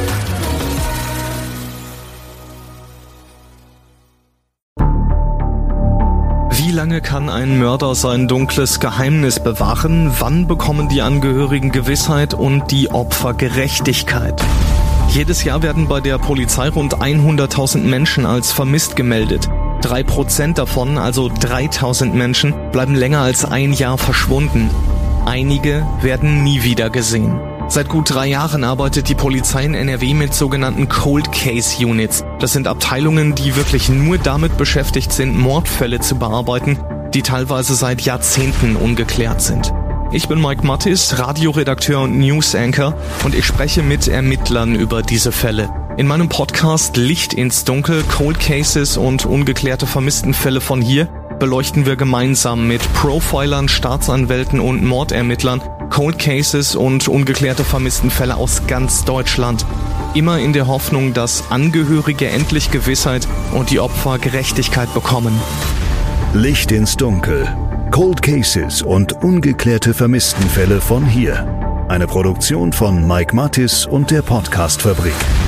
Wie lange kann ein Mörder sein dunkles Geheimnis bewahren? Wann bekommen die Angehörigen Gewissheit und die Opfer Gerechtigkeit? Jedes Jahr werden bei der Polizei rund hunderttausend Menschen als vermisst gemeldet. Drei Prozent davon, also dreitausend Menschen, bleiben länger als ein Jahr verschwunden. Einige werden nie wieder gesehen. Seit gut drei Jahren arbeitet die Polizei in N R W mit sogenannten Cold Case Units. Das sind Abteilungen, die wirklich nur damit beschäftigt sind, Mordfälle zu bearbeiten, die teilweise seit Jahrzehnten ungeklärt sind. Ich bin Mike Mattis, Radioredakteur und News Anchor, und ich spreche mit Ermittlern über diese Fälle. In meinem Podcast Licht ins Dunkel, Cold Cases und ungeklärte Vermisstenfälle von hier beleuchten wir gemeinsam mit Profilern, Staatsanwälten und Mordermittlern Cold Cases und ungeklärte Vermisstenfälle aus ganz Deutschland. Immer in der Hoffnung, dass Angehörige endlich Gewissheit und die Opfer Gerechtigkeit bekommen. Licht ins Dunkel. Cold Cases und ungeklärte Vermisstenfälle von hier. Eine Produktion von Mike Mattis und der Podcast-Fabrik.